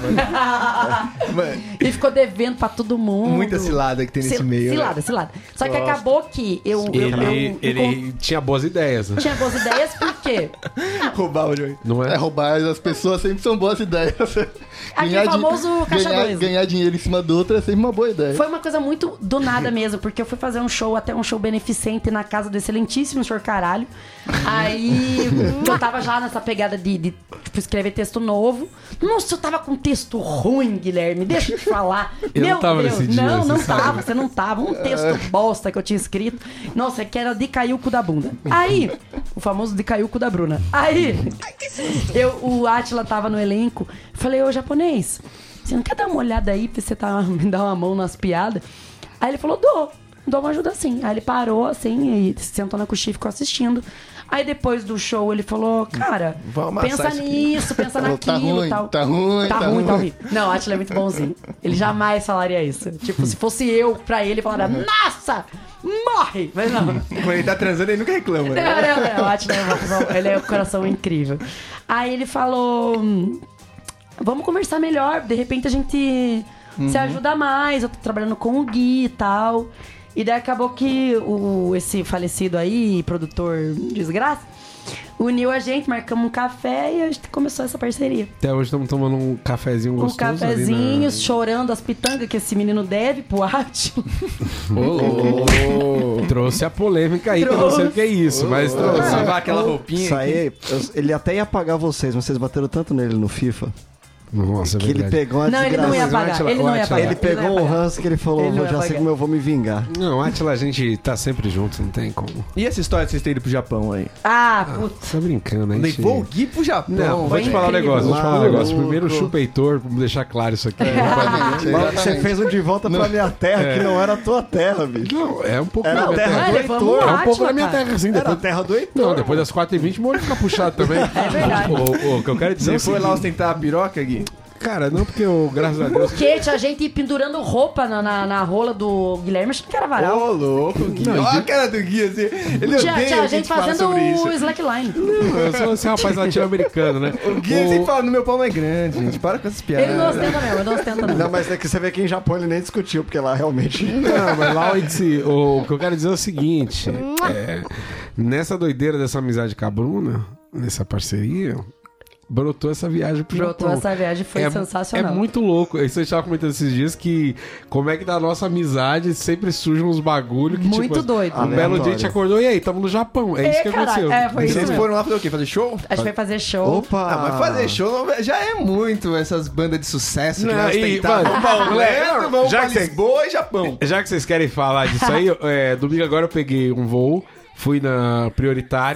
Ele ficou devendo pra todo mundo. Muita cilada que tem nesse Sil- meio. né? Cilada, cilada. Só que acabou que eu. eu, eu, Ele, eu ele tinha boas ideias, né? tinha boas ideias, por quê? Roubar o jogo. Não É, é? roubar as pessoas sempre são boas ideias. Aquele famoso caixa ganhar, dois. ganhar dinheiro em cima do outro é sempre uma boa ideia. Foi uma coisa muito do nada mesmo, porque eu fui fazer um show, até um show beneficente na casa do excelentíssimo senhor Caralho. Aí eu tava já nessa pegada de, de tipo, escrever texto novo. Nossa, eu tava com texto ruim, Guilherme, deixa eu te falar. Eu Meu não tava Deus, nesse dia, não, você não sabe. tava, você não tava. Um texto bosta que eu tinha escrito. Nossa, que era de cair o cu da bunda. Aí, o famoso de cair o cu da Bruna. Aí, eu, o Átila tava no elenco. Falei, ô japonês, você não quer dar uma olhada aí pra você tá, me dar uma mão nas piadas? Aí ele falou, dou, dou uma ajuda sim. Aí ele parou assim e sentou na coxinha e ficou assistindo. Aí depois do show ele falou, cara, Vamos amassar pensa isso aqui." nisso, pensa Falou, naquilo tá ruim, tal. tá ruim, tá tá ruim, tá ruim. horrível. Não, o Átila é muito bonzinho. Ele jamais falaria isso. Tipo, se fosse eu pra ele, falaria, nossa, morre! Mas não. Quando ele tá transando, ele nunca reclama, Não, né? não, não. O Átila é uma- ele é um coração incrível. Aí ele falou, hum, vamos conversar melhor, de repente a gente se ajuda mais. Eu tô trabalhando com o Gui e tal. E daí acabou que o, esse falecido aí, produtor desgraça, uniu a gente, marcamos um café e a gente começou essa parceria. Até hoje estamos tomando um cafezinho Um gostoso. cafezinho, ali, né? chorando as pitangas que esse menino deve pro Átila. Trouxe a polêmica aí, que eu não sei o que é isso, mas trouxe. Lavar aquela roupinha. Isso aí, eu- ele até ia pagar vocês, mas vocês bateram tanto nele no FIFA Nossa, é que ele verdade. pegou uma Não, ele não ia desgraça. Mas o pagar. Átila- Ele o não ia Átila- pagar. Ele pegou não ia um pagar. ranço que ele falou, Ele não "Vou- ia já sei pagar. como eu vou me vingar." Não, Átila, a gente tá sempre junto, não tem como. E essa história de vocês terem ido pro Japão aí? Ah, putz. Tá brincando, hein? Levou o Gui pro Japão. Não, vou Foi te falar um incrível. negócio, vou te falar um Maluco. negócio. Primeiro, chupa Heitor, vamos deixar claro isso aqui. Exatamente, Mas exatamente. você fez um de volta pra minha terra, que não era a tua terra, bicho. Não, é um pouco Era da a minha terra terra. do Ah, levamos Heitor. o É um pouco Átila, da minha cara. terra, assim. Era a Depois... terra do Heitor. Não, depois das quatro e vinte, o molho fica puxado também. É verdade. O, o que eu quero dizer é Você o foi lá seguinte, ostentar a piroca, Gui? cara, não porque eu, graças a Deus... Porque tinha gente pendurando roupa na, na, na rola do Guilherme, achando que era varal. Ô, louco, Gui. Não, Olha e- a cara do Gui, assim. Ele tinha odeia tinha que a gente fala fazendo sobre isso. o slackline. Eu sou esse rapaz latino-americano, né? O Gui sempre fala, no meu pau não é grande, gente. Para com essas piadas. Ele não ostenta mesmo, ele não ostenta não. Não, mas é que você vê que em Japão ele nem discutiu, porque lá realmente... Não, mas lá onde o, o que eu quero dizer é o seguinte: é, nessa doideira dessa amizade com a Bruna, nessa parceria, brotou essa viagem pro Brotou Japão. essa viagem, foi é, sensacional. É muito louco. Isso a gente tava comentando esses dias que como é que da nossa amizade sempre surgem uns bagulho que Muito tipo, doido. um belo dia a gente acordou e aí, tamo no Japão. É isso É, que caralho, aconteceu. é, foi E isso vocês mesmo. foram lá fazer o quê? Fazer show? A gente foi fazer show. Opa! Ah, mas fazer show não- já é muito essas bandas de sucesso que Não, nós e, tentamos. mano, Vamos pra Orlando, não, vamos já pra que você- Lisboa e Japão. Já que vocês querem falar disso aí, é, domingo agora eu peguei um voo, fui na Prioritário,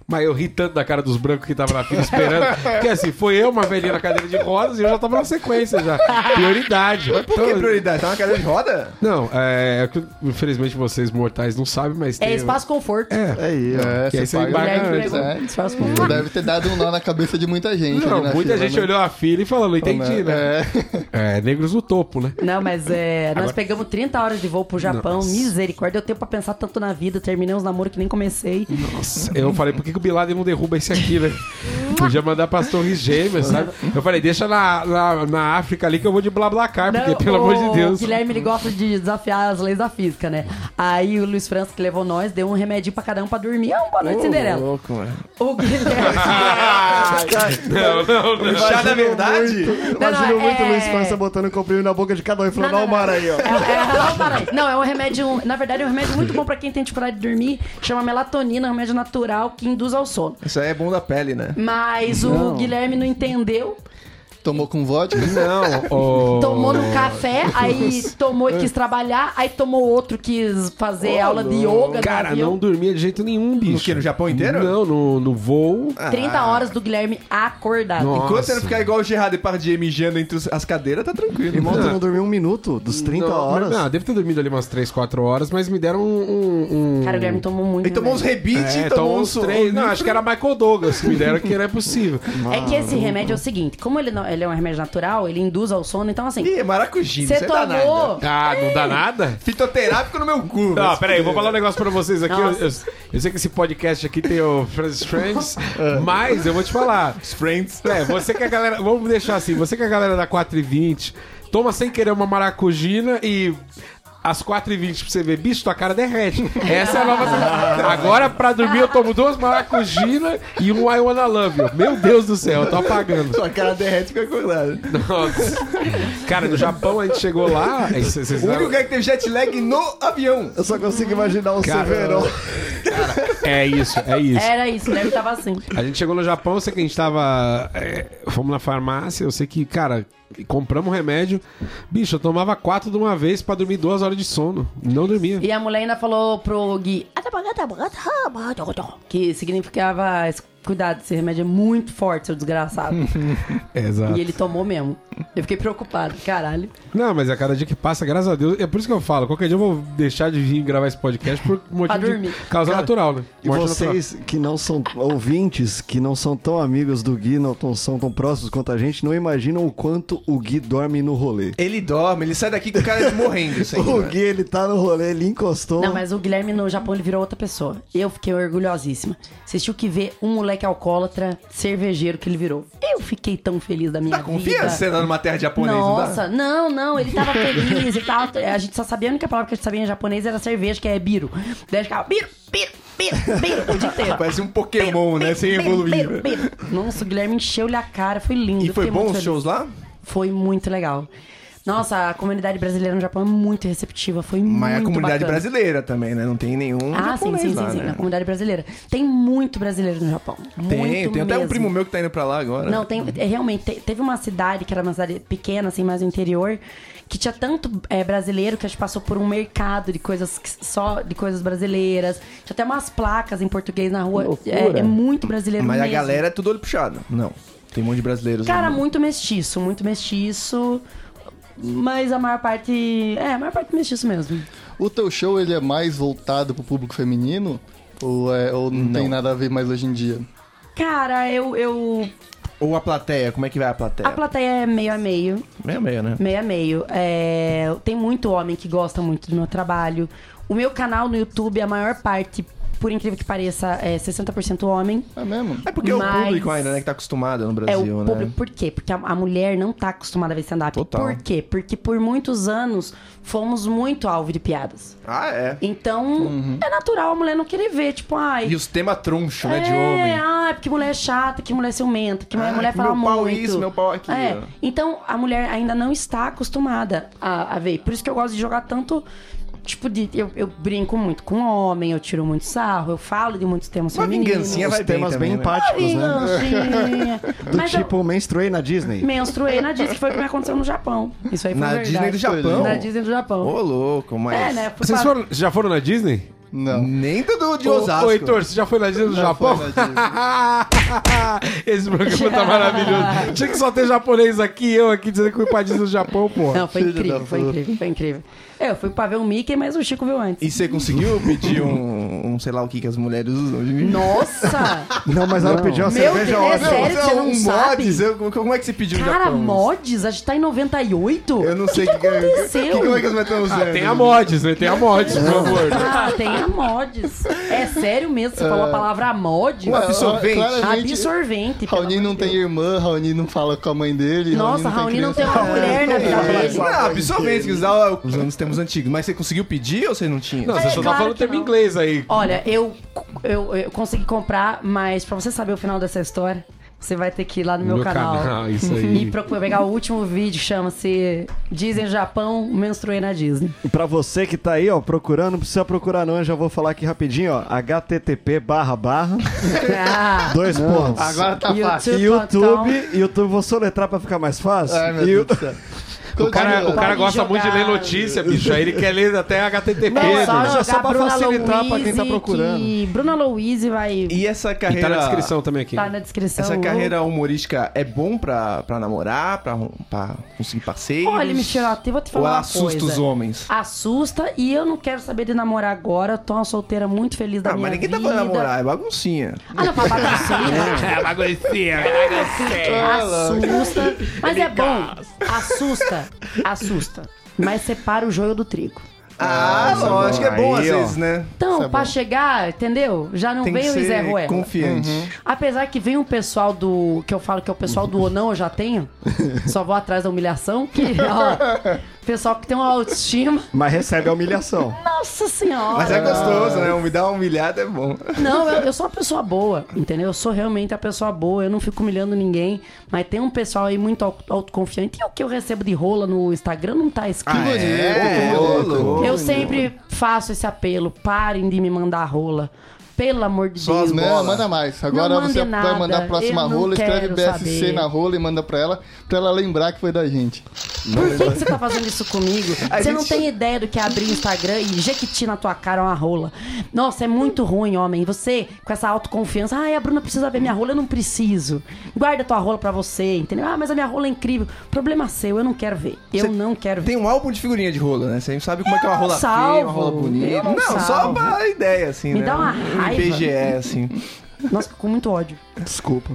Mas eu ri tanto da cara dos brancos que tava na fila esperando. Que assim, foi eu, uma velhinha na cadeira de rodas e eu já tava na sequência já. Prioridade. Por que prioridade? Tá na cadeira de roda? Não, é, é que infelizmente vocês mortais não sabem, mas É tem... espaço conforto. É. Aí, ó. É, Que aí você você paga embarca Guilherme antes, pegou. né? Espaço conforto. Deve ter dado um nó na cabeça de muita gente. Não, ali na muita fila, gente né? olhou a fila e falou, não entendi, né? É. É, negros no topo, né? Não, mas é, nós Agora- pegamos trinta horas de voo pro Japão. Nossa. Misericórdia, eu tenho pra pensar tanto na vida. Terminei uns namoros que nem comecei. Nossa, eu falei, por que, que o Bin Laden não derruba esse aqui, né? Podia mandar pras torres gêmeas, sabe? Eu falei, deixa na, na, na África ali que eu vou de BlaBlaCar, porque, Não, pelo amor de Deus. O Guilherme, ele gosta de desafiar as leis da física, né? Aí o Luiz França, que levou nós, deu um remédio pra cada um pra dormir. É um boa noite, Cinderela. Louco, mano. O Guilherme... Não, não, não. Chá da verdade? Imagino não, muito é- o Luiz França botando o comprimido na boca de cada um e falando, ó, o mar aí, ó. É, é, não, para aí. Não, é um remédio. Na verdade, é um remédio muito bom pra quem tem dificuldade de dormir. Chama melatonina, é um remédio natural que induz ao sono. Isso aí é bom da pele, né? Mas o Guilherme não entendeu. Tomou com vodka? Não, ô- Tomou no café, aí tomou e quis trabalhar, aí tomou outro, quis fazer aula de yoga Cara, no avião. não dormia de jeito nenhum, bicho. No quê? No Japão inteiro? Não, no, no voo. trinta horas do Guilherme acordado. Nossa. Enquanto você não ficar igual o Gerard Depardieu mijando entre os- as cadeiras, tá tranquilo. Irmão, tu não dormiu um minuto dos trinta Não, horas? Não, devo ter dormido ali umas três, quatro horas, mas me deram um... um, um... Cara, o Guilherme tomou muito. Ele tomou uns remédio. rebites, É, tomou tomou uns uns três. Não, acho que era Michael Douglas que me deram, que não é possível. É que esse remédio é o seguinte: como ele, não- ele é um remédio natural, ele induz ao sono, então assim. Ih, é maracujá, Você você dá nada. tomou. Ah, não dá nada? Fitoterápico no meu cu. Não, mas- peraí, eu vou falar um negócio pra vocês aqui. Eu, Nossa. eu- eu sei que esse podcast aqui tem o Friends Friends, mas eu vou te falar. Os friends. É, você que a galera. Vamos deixar assim, você que a galera da quatro e vinte toma sem querer uma maracujina e. Às quatro e vinte pra você ver, bicho, tua cara derrete. Essa é a nova. Agora, pra dormir, eu tomo duas maracujinas e um I Wanna Love You. Meu Deus do céu, eu tô apagando. Sua cara derrete e fica acordado. Nossa. Cara, no Japão a gente chegou lá. aí cê- cês- O único cara que teve jet lag no avião. Eu só consigo imaginar o Cara, Severo. É isso, é isso. Era isso, o Guilherme tava assim. A gente chegou no Japão, eu sei que a gente tava. é, fomos na farmácia, eu sei que, cara, compramos um remédio. Bicho, eu tomava quatro de uma vez pra dormir duas horas de sono. Não dormia. E a mulher ainda falou pro Gui, que significava, cuidado, esse remédio é muito forte, seu desgraçado. Exato. E ele tomou mesmo. Eu fiquei preocupado, caralho. Não, mas a cada dia que passa, graças a Deus. É por isso que eu falo, qualquer dia eu vou deixar de vir gravar esse podcast por motivo dormir. de causa natural, né? E Morte vocês que não são ouvintes, que não são tão amigos do Gui, não tão, são tão próximos quanto a gente, não imaginam o quanto o Gui dorme no rolê. Ele dorme, ele sai daqui com o cara morrendo. Isso aí, O né? Gui, ele tá no rolê, ele encostou. Não, mas o Guilherme no Japão, ele virou outra pessoa. Eu fiquei orgulhosíssima. Vocês tinham que ver um moleque alcoólatra, cervejeiro que ele virou. Eu fiquei tão feliz da minha Dá vida. confiança você andar numa terra de japonês, não dá? Nossa, não, não, ele tava feliz e tal. A gente só sabia, a única palavra que a gente sabia em japonês era cerveja, que é biro. Daí a gente ficava, biro, biro, biro, biro, o dia inteiro. Parece um Pokémon, né? Sem evoluir. Biro, biro. Nossa, o Guilherme encheu-lhe a cara, foi lindo. E eu foi fiquei bom muito os feliz. shows lá? Foi muito legal. Nossa, a comunidade brasileira no Japão é muito receptiva, foi muito Mas a comunidade bacana. brasileira também, né? Não tem nenhum Ah, sim, japonês sim, lá, sim, sim, né? na comunidade brasileira. Tem muito brasileiro no Japão. Tem, muito tem até um mesmo. primo meu que tá indo pra lá agora. Não, tem, é, realmente, te- teve uma cidade que era uma cidade pequena, assim, mais no interior, que tinha tanto é, brasileiro que a gente passou por um mercado de coisas que- só de coisas brasileiras. Tinha até umas placas em português na rua. É, é muito brasileiro Mas mesmo. a galera é tudo olho puxado. Não. Tem um monte de brasileiros. Cara, lá. muito mestiço, muito mestiço. Mas a maior parte. É, a maior parte mestiço mesmo. O teu show, ele é mais voltado pro público feminino? Ou, é, ou não, tem nada a ver mais hoje em dia? Cara, eu. eu Ou a plateia, como é que vai a plateia? a plateia é meio a meio. Meio a meio, né? Meio a meio. É, tem muito homem que gosta muito do meu trabalho. O meu canal no YouTube, a maior parte, por incrível que pareça, é sessenta por cento homem. É mesmo? É porque é Mas- o público ainda, né, que tá acostumado no É Brasil, o né? público. Por quê? Porque a, a mulher não tá acostumada a ver stand-up. Total. Por quê? Porque por muitos anos fomos muito alvo de piadas. Ah, é. Então, é natural a mulher não querer ver. Tipo, ai. E os temas troncho, né, de É, homem. ah, porque mulher é chata, que mulher é ciumenta, que Ah, mulher que fala meu pau muito. isso, meu pau aquilo. É. Então, a mulher ainda não está acostumada a, a ver. Por isso que eu gosto de jogar tanto. Tipo, de, eu, eu brinco muito com homem, eu tiro muito sarro, eu falo de muitos temas Uma femininos. vingancinha Os vai bem temas também, bem né? empáticos, né? Vingancinha. Do Mas eu tipo, menstruei na Disney. menstruei na Disney, que foi o que me aconteceu no Japão. Isso aí foi Na verdade. Disney do Japão? Na Disney do Japão. Ô, louco, mas... É, né? Fui Vocês pra- foram, já foram na Disney? Não. Nem do de Ô, Osasco. ô, Heitor, você já foi na Disney do Já Japão? foi na Esse programa tá maravilhoso. Tinha que só ter japonês aqui, eu aqui dizendo que fui pra Disney do Japão, pô. Não, foi Filho incrível, da foi puta. incrível, foi incrível. É, eu fui pra ver o Mickey, mas o Chico viu antes. E você conseguiu pedir um, um sei lá o que que as mulheres usam hoje em dia? Nossa! Não, mas ela pediu uma Meu cerveja Deus, é ótima. sério que você não um sabe? mods, eu- como é que você pediu no Cara, Japão? mods? A gente tá em noventa e oito? Eu não sei o que, que aconteceu? Que, como é que as mulheres estão usando? Ah, tem a mods, né? Tem a mods, por favor. Ah, tem a mods. É sério mesmo? Você falou a palavra mod? Um absorvente. Claramente, Absorvente. pelo Raoni amor não de tem Deus. irmã, Raoni não fala com a mãe dele. Nossa, Raoni não tem criança. uma mulher na vida dele. Não, absorvente, que usava os anos tempos antigos. Mas você conseguiu pedir ou você não tinha? Não, você É, só tá claro falando que termo não. inglês aí. Olha, eu, eu, eu consegui comprar, mas pra você saber o final dessa história, você vai ter que ir lá no meu, Meu canal. canal, isso aí. E procurar pegar o último vídeo, chama-se Disney Japão, menstruei na Disney. E pra você que tá aí, ó, procurando, não precisa procurar não, eu já vou falar aqui rapidinho, ó. H T T P barra barra, Ah, dois pontos. Agora tá fácil. YouTube, YouTube, vou soletrar pra ficar mais fácil. Ai, meu E Deus o- do céu. O cara, o cara Pode gosta muito de ler jogar. notícia, bicho. Aí ele quer ler até H T T P. Não, né? só Mas é jogar só pra Bruna facilitar pra quem tá Louise, procurando. que Bruna Louise vai... E essa E carreira... tá na descrição também aqui. Tá na descrição. Essa carreira humorística é bom pra, pra namorar, pra, pra conseguir parceiros? Olha, Michel, eu vou te falar Ou ela uma assusta coisa. os homens? Assusta e eu não quero saber de namorar agora. Eu tô uma solteira muito feliz da Ah, minha mas ninguém vida. tá falando namorar, é baguncinha. Ah, não, pra baguncinha. É baguncinha. Assusta. Mas é bom. Assusta. Assusta. Mas separa o joio do trigo. Ah, Nossa, lógico, é bom aí, às ó. vezes, né? Então, Isso é pra bom. chegar, entendeu? Já não Tem que vem o Zé ser Ruela. confiante. Apesar que vem um pessoal do... Que eu falo que é o pessoal do ou não eu já tenho. Só vou atrás da humilhação. Que, ó... Pessoal que tem uma autoestima. Mas recebe a humilhação. Nossa senhora. Mas é gostoso, né? Me dar uma humilhada é bom. Não, eu, eu sou uma pessoa boa, entendeu? Eu sou realmente a pessoa boa, eu não fico humilhando ninguém. Mas tem um pessoal aí muito au- autoconfiante. E o que eu recebo de rola no Instagram não tá escrito. Ah, é? que Ô, louco. louco. Eu sempre faço esse apelo. Parem de me mandar rola. Pelo amor de Só Deus. as Não, bola. manda mais. Agora Não mande você vai nada, mandar a próxima eu não rola, escreve quero B S C saber. na rola e manda pra ela, pra ela lembrar que foi da gente. Por que, que você tá fazendo isso comigo? A Você não gente- tem ideia do que é abrir o Instagram e jequiti na tua cara uma rola. Nossa, é muito ruim, homem. Você, com essa autoconfiança, ai, a Bruna precisa ver minha rola, eu não preciso. Guarda tua rola pra você, entendeu? Ah, mas a minha rola é incrível. Problema seu, eu não quero ver. Eu Você não quero ver. Tem um álbum de figurinha de rola, né? Você não sabe como é que é uma Eu não rola feia, salvo. uma rola bonita. Eu não só salvo. pra ideia, assim, Me né? dá uma Um raiva. I P G E, assim. Nossa, com muito ódio. Desculpa.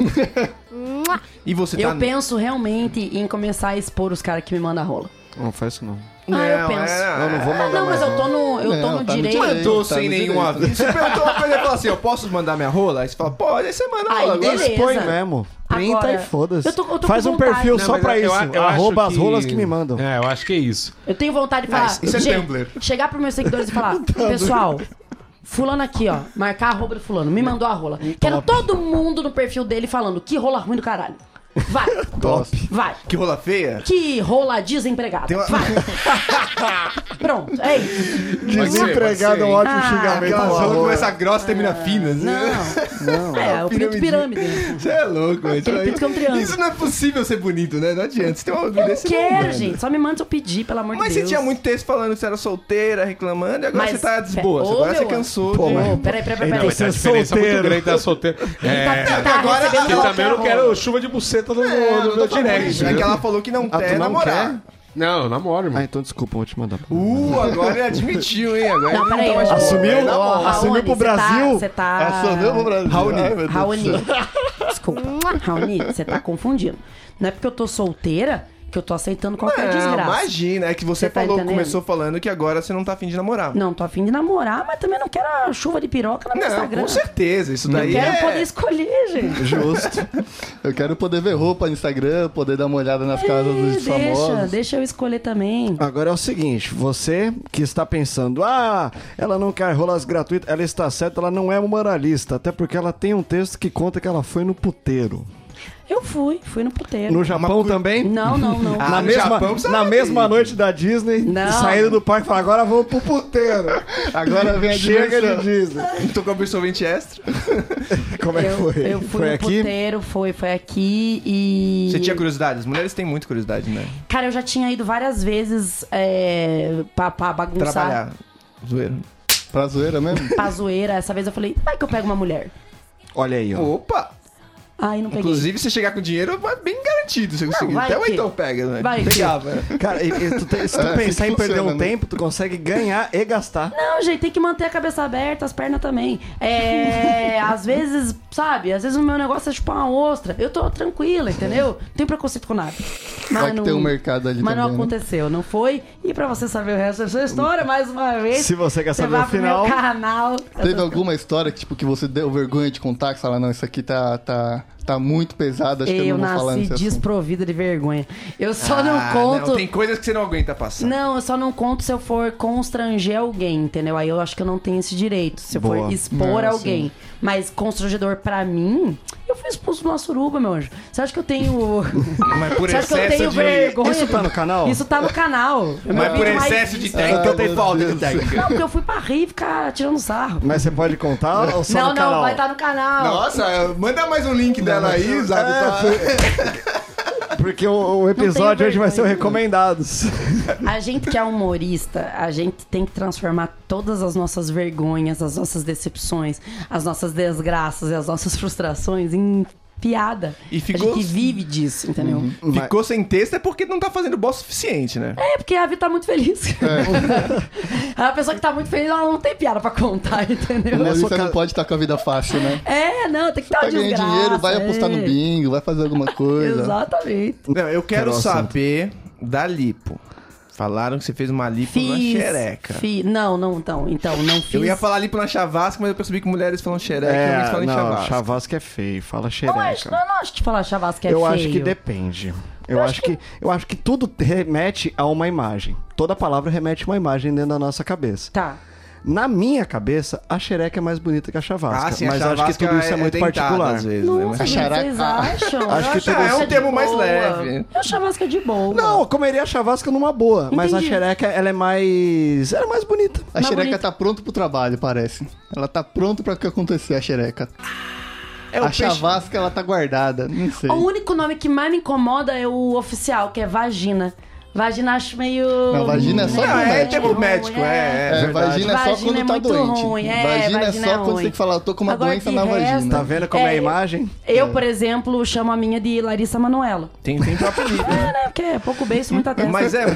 E você Eu tá... penso realmente em começar a expor os caras que me mandam rola. Não faz isso não. Ah, eu Não, penso. é- Eu não vou mandar Não, mas mais eu tô no, eu tô Não, no tá no direito. direito. Mandou Tá sem no nenhum direito. aviso. Você perguntou uma coisa e falou assim, eu posso mandar minha rola? Aí você fala, pode, aí você manda a Aí, rola. Agora beleza. Expõe mesmo. Printa Agora, e foda-se. eu tô- eu tô Faz com um vontade. perfil Não, só mas pra eu- isso. eu acho Arroba as que- rolas que me mandam. É, eu acho que é isso. Eu tenho vontade de falar. Ah, isso é gente, Tumblr. chegar pros meus seguidores e falar, pessoal, fulano aqui, ó, marcar a arroba do fulano, me mandou a rola. Quero todo mundo no perfil dele falando, que rola ruim do caralho. Vai. Top. Vai. Que rola feia? Que rola desempregado. Tem uma- Vai. Pronto, é isso. Pode ser, Desempregado é um pode ótimo Ah, xingamento. Aquela pro rola arroba. começa grossa e termina fina. assim. Não. Não, É, o preto pirâmide. Você é louco, velho. Aquele pinto que é um triângulo. Isso não é possível ser bonito, né? Não adianta. Você tem uma vida desse Quero, gente. Só me manda se eu pedir, pelo amor Mas de você Deus. tinha muito texto falando que você era solteira, reclamando, e agora Mas- você tá desboa. Ô, Agora você meu cansou. Pô, de- mas- Ô, peraí, peraí, peraí. Então peraí. você é A diferença é muito solteiro. grande da solteiro. É, Tá, tá agora- recebendo eu qualquer também não rola. quero chuva de buceta no, É, no não meu tô falando direct. isso. É né? que ela falou que não Ah, quer tu não namorar. quer? Não, eu namoro, Ah, mano. então desculpa, vou te mandar. Uh, agora ele admitiu, hein? Agora Não, ele peraí. tá mais ô, Assumiu? boa. ô, Assumiu Raoni, pro você tá- Brasil? Você tá... Assumiu pro Brasil. Raoni. Ai, meu Deus do Raoni. céu. Desculpa. Raoni, você tá confundindo. Não é porque eu tô solteira que eu tô aceitando qualquer Não, desgraça. imagina. É que você, Você tá falou, entendendo? começou falando que agora você não tá afim de namorar. Não, tô afim de namorar, mas também não quero a chuva de piroca no meu Não, Instagram. com certeza. Isso Eu daí quero é... poder escolher, gente. Justo. Eu quero poder ver roupa no Instagram, poder dar uma olhada nas casas dos deixa, famosos. deixa eu escolher também. Agora é o seguinte, você que está pensando, ah, ela não quer rolas gratuitas, ela está certa, ela não é moralista, até porque ela tem um texto que conta que ela foi no puteiro. Eu fui, fui no puteiro. No Japão cu- também? Não, não, não. Ah, na no mesma, Japão, sabe? na mesma noite da Disney, Não. saíram do parque e falaram, agora vamos pro puteiro. Agora vem a Chega diversão. de Disney. Tô com absorvente extra. Como é que eu, foi? eu fui foi no aqui? puteiro, foi, foi aqui e... Você tinha curiosidade? As mulheres têm muita curiosidade, né? Cara, eu já tinha ido várias vezes é, pra, pra bagunçar. Trabalhar. Zoeiro. Pra zoeira mesmo? Pra zoeira. Essa vez eu falei, vai que eu pego uma mulher. Olha aí, ó. Opa! Aí não peguei. Inclusive, se chegar com dinheiro, vai bem garantido. Se conseguir. vai Até o que- então pega, né? vai que- Pegava. Cara, e- e tu te- se tu É, pensar assim em perder funciona, um né? tempo, tu consegue ganhar e gastar. Não, gente, tem que manter a cabeça aberta, as pernas também. É, às vezes, sabe, às vezes o meu negócio é tipo uma ostra. Eu tô tranquila, entendeu? Não tenho preconceito com nada. Vai que tem um mercado ali Mas não também, né? aconteceu, não foi. E pra você saber o resto dessa história, mais uma vez, Se você quer saber vai o final- pro meu canal. Teve alguma história que, tipo, que você deu vergonha de contar, que você fala, não, isso aqui tá, tá, tá muito pesado, acho que eu Eu não vou falar nasci nesse assunto. desprovida de vergonha. Eu só não Ah, conto... Não, tem coisas que você não aguenta passar. Não, eu só não conto se eu for constranger alguém, entendeu? Aí eu acho que eu não tenho esse direito, se eu Boa. for expor Não, alguém. Mas constrangedor pra mim, eu fui expulso numa suruba, meu anjo. Você acha que eu tenho... Mas por Você acha que eu excesso tenho de... vergonha? Isso tá no canal? Isso tá no canal. É meu Mas por vídeo mais excesso de visto. técnica, Ah, tem meu falta de Deus. técnica. Não, porque eu fui pra rir e ficar tirando sarro. Mas você pode contar ou só Não, no canal? não, vai estar no canal. Nossa, manda mais um link dela aí, Zago. Tá... Porque o, o episódio tenho hoje vai ser o vergonha. Recomendados. A gente que é humorista, a gente tem que transformar todas as nossas vergonhas, as nossas decepções, as nossas desgraças e as nossas frustrações em piada. E ficou- A gente vive disso, entendeu? Ficou sem texto é porque não tá fazendo bosta o suficiente, né? É, porque a vida tá muito feliz. A pessoa que tá muito feliz, ela não tem piada pra contar, entendeu? Mas sua você ca- não pode estar com a vida fácil, né? É, não, tem que estar Vai uma ganhar desgraça. dinheiro, vai apostar é. no bingo, vai fazer alguma coisa. Exatamente. Não, eu quero Quero o assunto. saber da lipo. Falaram que você fez uma lipo na Fiz, xereca. fiz. Não, não, então, então, não fiz. Eu ia falar lipo na chavasca, mas eu percebi que mulheres falam xereca e É, homens falam não, chavasca. chavasca é feio, fala Não acho, xereca. eu não acho que falar chavasca é eu feio. acho que depende. Eu, acho que... eu acho que tudo remete a uma imagem. Toda palavra remete a uma imagem dentro da nossa cabeça. Tá. Na minha cabeça, a xereca é mais bonita que a chavasca. Ah, sim, a mas acho que chavasca tudo isso é, muito dentada, particular. às vezes, né? Nossa, Mas- gente, characa- vocês acham? Acho Eu que tudo isso- é um de termo mais boa. leve. Eu chavasca de boa. Não, eu comeria a chavasca numa boa, mas a Entendi. xereca, ela é mais... ela é mais bonita. A Mas xereca bonito. tá pronta pro trabalho, parece. Ela tá pronta pra o que acontecer, a xereca. É o a peixe- chavasca, ela tá guardada, não sei. O único nome que mais me incomoda é o oficial, que é vagina. Vagina acho meio... Não, vagina é só Não, pro é médico. termo médico, é, é. É, verdade. vagina é só Vagina quando é tá muito doente. ruim, é, vagina é vagina só é quando você ruim. tem que falar, eu tô com uma Agora, doença de na resto- vagina. Tá vendo como é, a É, imagem? Eu, por exemplo, chamo a minha de Larissa Manoela. Tem, tem teu apelido, É, né? né? Porque é pouco beijo, muita testa. Mas é...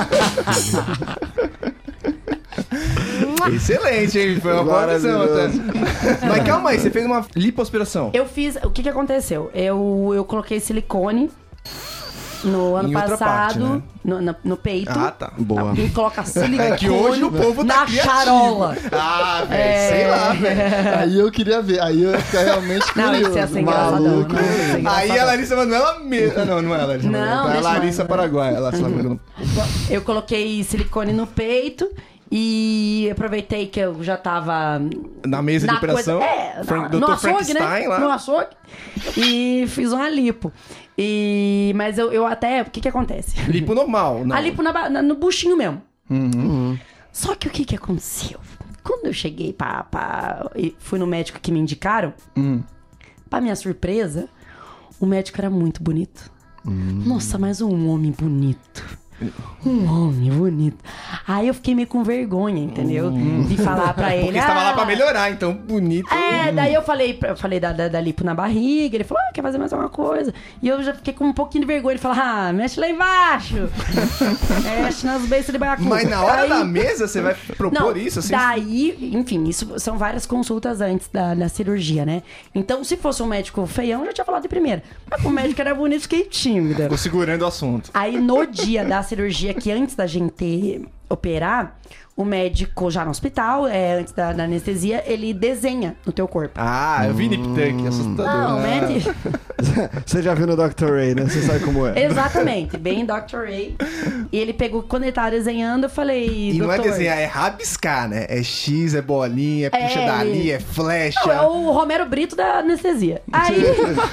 Excelente, hein? Foi uma boa visão até. Mas calma aí, você fez uma lipoaspiração. Eu fiz... O que que aconteceu? Eu, eu coloquei silicone no ano Em outra parte, passado, né? no, no, no peito. Ah, tá. Boa. E coloca silicone É que hoje o povo tá na criativo. charola. Ah, velho, É. sei lá, velho. Aí eu queria ver, aí eu ia ficar realmente Não, curioso. isso ia ser engraçadão. maluco. Não, isso ia ser Aí a engraçadão. Larissa Manoela mesmo. Não, não é a Larissa Não, Manoela. É a deixa Larissa mais, Paraguai. Ela se lembrou. Eu coloquei silicone no peito e aproveitei que eu já tava Na mesa de na operação. coisa, é, Frank, na- doutor no açougue, Frankenstein né? lá. No açougue. E fiz uma lipo. E, mas eu, eu até... O que que acontece? Lipo normal. Não. A lipo na ba- na- no buchinho mesmo. Uhum. Só que o que que aconteceu? Quando eu cheguei pra... pra e fui no médico que me indicaram, Hum. pra minha surpresa, o médico era muito bonito. Nossa, mas um homem bonito. Um homem bonito. Aí eu fiquei meio com vergonha, entendeu? De falar pra ele. Porque você tava lá "Ah, pra melhorar, então bonito. é, daí eu falei, pra- eu falei da, da, da lipo na barriga, ele falou, ah, quer fazer mais alguma coisa? E eu já fiquei com um pouquinho de vergonha, ele falou, ah, mexe lá embaixo. Mexe nas beiças de baiacu. Mas na hora Aí- da mesa você vai propor Não, isso, assim? daí, enfim, isso são várias consultas antes da, da cirurgia, né? Então, se fosse um médico feião, eu já tinha falado de primeira. Mas como o médico era bonito, fiquei tímida. Ficou segurando o assunto. Aí, no dia da cirurgia, que antes da gente operar, o médico, já no hospital, é, antes da, da anestesia, ele desenha no teu corpo. Ah, eu vi Nip Tuck, assustador. Não, o né? médico... Você já viu no doutor Ray, né? Você sabe como é. Exatamente, bem doutor Ray. E ele pegou, quando ele tava desenhando, eu falei, E não é doutor... desenhar, é rabiscar, né? É X, é bolinha, é puxa É, dali, ele- é flecha. Não, é o Romero Brito da anestesia. Aí...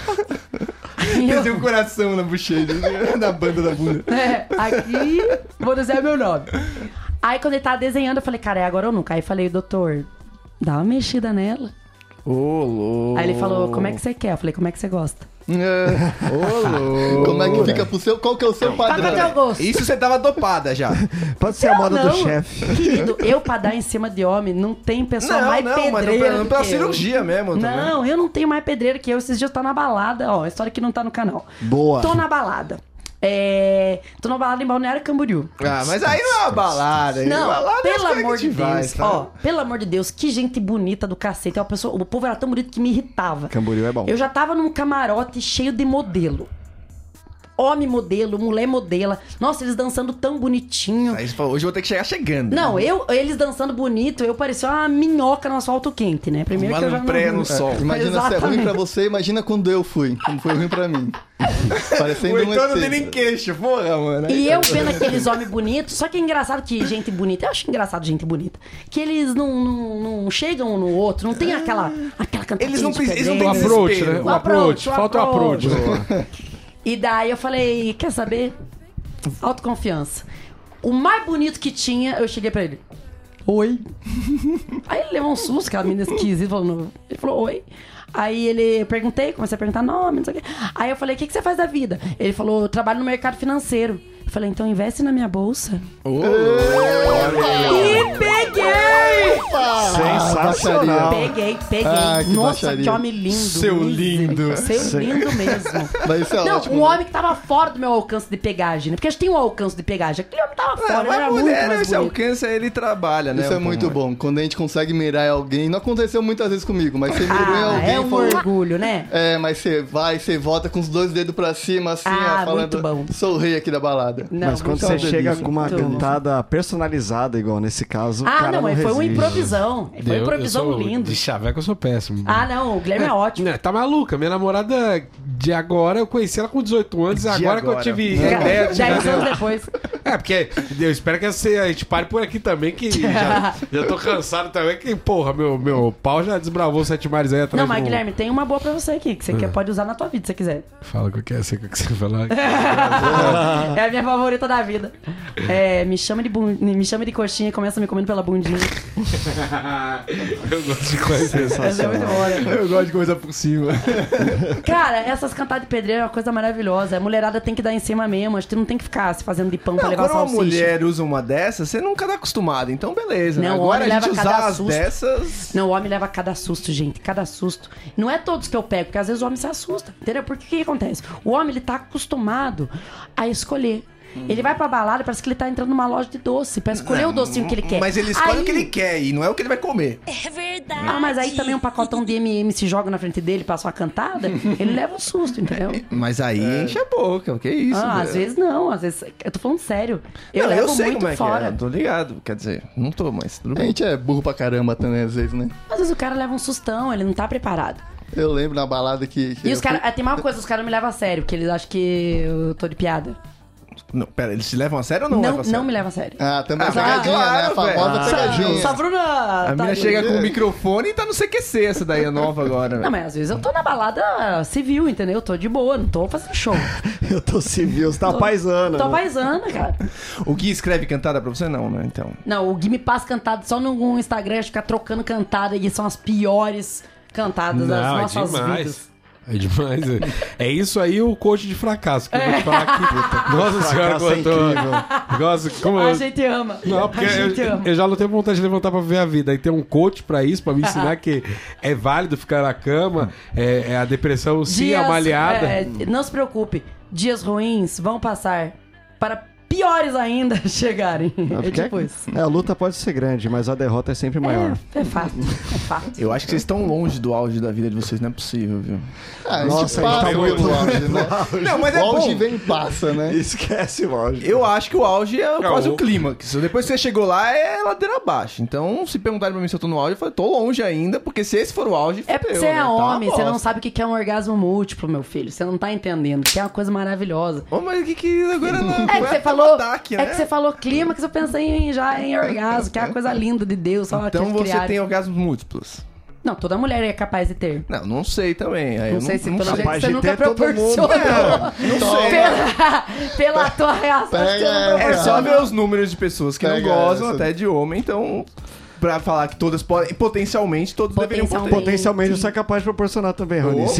Aí eu- Tem um coração na bochecha, na banda da bunda. É, aqui vou desenhar meu nome. Aí quando ele tava desenhando, eu falei, cara, é agora ou nunca. Aí eu falei, doutor, dá uma mexida nela. Ô, louco. Aí ele falou, como é que você quer? Eu falei, como é que você gosta? É. Como é que fica pro seu... Qual que é o seu Qual que é o teu padrão? gosto? Isso você tava dopada já. Pode ser a Eu moda do não. chefe. Querido, eu pra dar em cima de homem, não tem pessoa Não, mais não, mas pedreira pela, do pela que eu. cirurgia mesmo. também. Não, eu não tenho mais pedreira que eu. Esses dias eu tô na balada, ó, a história que não tá no canal. Boa. Tô na balada. É... Tô na balada em Balneário Camboriú. Ah, mas aí não é uma balada. hein? Não, balada é pelo as coisas amor que de a gente vai, Deus, tá? ó, pelo amor de Deus, que gente bonita do cacete. É uma pessoa, o povo era tão bonito que me irritava. Camboriú é bom. Eu já tava num camarote cheio de modelo. Homem modelo, mulher modela. Nossa, eles dançando tão bonitinho. Aí você falou, hoje eu vou ter que chegar chegando. Não, eu, eles dançando bonito, eu parecia uma minhoca no asfalto quente, né? Primeiro Uma que eu já lampreia não... no sol. Imagina se é ruim Exatamente. pra você, imagina quando eu fui. Como foi ruim pra mim. Parecendo O um Heitor não E T. tem nem queixo, porra, mano. E eu vendo aqueles homens bonitos, só que é engraçado que gente bonita, eu acho engraçado gente bonita, que eles não, não, não chegam um no outro, não tem aquela, aquela cantadinha Eles não de precisam- eles O não pedreiro. têm approach, desespero. né? O O approach. approach, o Falta o approach. approach. né? E daí eu falei, quer saber? Autoconfiança. O mais bonito que tinha, eu cheguei pra ele. Oi. Aí ele levou um susto, aquela menina esquisita, falando, ele falou, oi. Aí ele, eu perguntei, comecei a perguntar nome, não sei o quê. Aí eu falei, o que, que você faz da vida? Ele falou, eu trabalho no mercado financeiro. Eu falei, então investe na minha bolsa. E peguei! Sensacional. Peguei, peguei. Ah, que Nossa, baixaria. que homem lindo. Seu lindo. Seu lindo mesmo. Mas isso é Não, ótimo. um homem que tava fora do meu alcance de pegagem, né? Porque a gente tem um alcance de pegagem. Aquele homem tava fora, Ah, ele mas era muito mulher, mais esse bonito. alcance aí ele trabalha, né? Isso é um muito pouco bom. Quando a gente consegue mirar em alguém. Não aconteceu muitas vezes comigo, mas você mirou em Ah, alguém é e um falou. orgulho, né? É, mas você vai, você volta com os dois dedos pra cima, assim, Ah, ó, falando. muito bom. Sou o rei aqui da balada. Não, Mas quando muito você bom. chega delícia. com uma Muito bom. cantada personalizada, igual nesse caso, o Ah, cara não, não mas foi uma resiste. improvisão. Foi uma Eu- improvisão eu sou, lindo. De chaveco eu sou péssimo. Ah, não, o Guilherme é ótimo. Não, tá maluca. Minha namorada de agora, eu conheci ela com dezoito anos. De Agora, que eu agora. tive ideia de Dez anos depois. É, porque eu espero que você- a gente pare por aqui também, que já, já tô cansado também, que, porra, meu, meu pau já desbravou sete mares aí atrás Não, mas do- Guilherme, tem uma boa pra você aqui, que você quer, pode usar na tua vida, se você quiser. Fala o que eu quero, sei o que você falar. É a minha favorita da vida. É, me chama de, bun... me chama de coxinha e começa me comendo pela bundinha. Eu gosto de conhecer essa. Essa é muito boa, né? Eu gosto de coisa por cima. Cara, essas cantadas de pedreiro é uma coisa maravilhosa. A mulherada tem que dar em cima mesmo. A gente não tem que ficar se fazendo de pão pra Não, levar quando uma salsicha. mulher usa uma dessas, você nunca tá acostumado. Então, beleza. né? Não, o Agora homem a gente leva cada usar as susto. dessas... Não, o homem leva cada susto, gente. Cada susto. Não é todos que eu pego, porque às vezes o homem se assusta. Entendeu? Porque o que, que acontece? O homem, ele tá acostumado a escolher. Ele vai pra balada, parece que ele tá entrando numa loja de doce, pra escolher o docinho que ele quer. Mas ele escolhe Aí- o que ele quer e não é o que ele vai comer. Ah, mas aí também um pacotão de M e M se joga na frente dele, passa uma cantada, ele leva um susto, entendeu? Mas aí enche a boca, o que é isso? Ah, velho? às vezes não, às vezes. Eu tô falando sério. Eu Não, levo eu sei muito como é fora. que é, eu tô ligado. Quer dizer, não tô, mas tudo A bem. gente é burro pra caramba também, às vezes, né? Às vezes o cara leva um sustão, ele não tá preparado. Eu lembro na balada que. que E eu os caras. fui- Tem uma coisa, os caras me levam a sério, porque eles acham que eu tô de piada. Não, pera, eles se levam a sério ou não, Não, levam não, a sério? me leva a sério. Ah, também Ah, a pegadinha, claro, né? A famosa velho. pegadinha. Só Bruna. A tá mina aí. chega com o microfone e tá no C Q C, essa daí é nova agora. Não, mas às vezes eu tô na balada civil, entendeu? Eu tô de boa, não tô fazendo show. Eu tô civil, você tá Tô- paisana. Tô né? paisana, cara. O Gui escreve cantada pra você? Não, né? Então. Não, o Gui me passa cantada só no Instagram, ficar trocando cantada e são as piores cantadas das Não, é nossas demais. vidas. É demais. É, é isso aí o coach de fracasso. Que eu vou te falar que. Nossa senhora, fracasso é como eu tô. incrível. Nossa, como A eu. gente ama. Não, porque a gente eu, ama. eu já não tenho vontade de levantar pra ver a vida. Aí tem um coach pra isso, pra me ensinar que é válido ficar na cama, é, é a depressão sim, a malhada. é, não se preocupe, dias ruins vão passar para piores ainda chegarem. É Porque tipo isso. é, a luta pode ser grande, mas a derrota é sempre maior. É, é fato, é fato. Eu acho que vocês estão longe do auge da vida de vocês, não é possível, viu? Ah, Nossa, Nossa, passa a gente tá pelo muito auge, né? Não, mas é O auge bom. vem e passa, né? Esquece o auge. Eu acho que o auge é quase o- o clímax. Depois que você chegou lá, é ladeira abaixo. Então, se perguntarem pra mim se eu tô no auge, eu falei, tô longe ainda, porque se esse for o auge, É porque fudeu, você é né? Tá uma homem, você não bosta. sabe o que é um orgasmo múltiplo, meu filho. Você não tá entendendo, que é uma coisa maravilhosa. Ô, mas o que que agora não... É que você falou, Ataque, é né? que você falou clima, que eu pensei em, já em orgasmo, que é uma coisa linda de Deus. Só Então que você criaram. tem orgasmos múltiplos. Não, toda mulher é capaz de ter. Não, não sei também. Aí Não eu sei se não pelo sei. jeito Capaz você de nunca ter todo proporcionou. mundo. Não sei. Pela, pela tua reação, acho que você não Pega É proporcionou. só ver os números de pessoas que não Pega gozam essa. até de homem, então... pra falar que todas podem, potencialmente todos deveriam poder. Potencialmente. Potencialmente você é capaz de proporcionar também, Rony. Opa! Sim.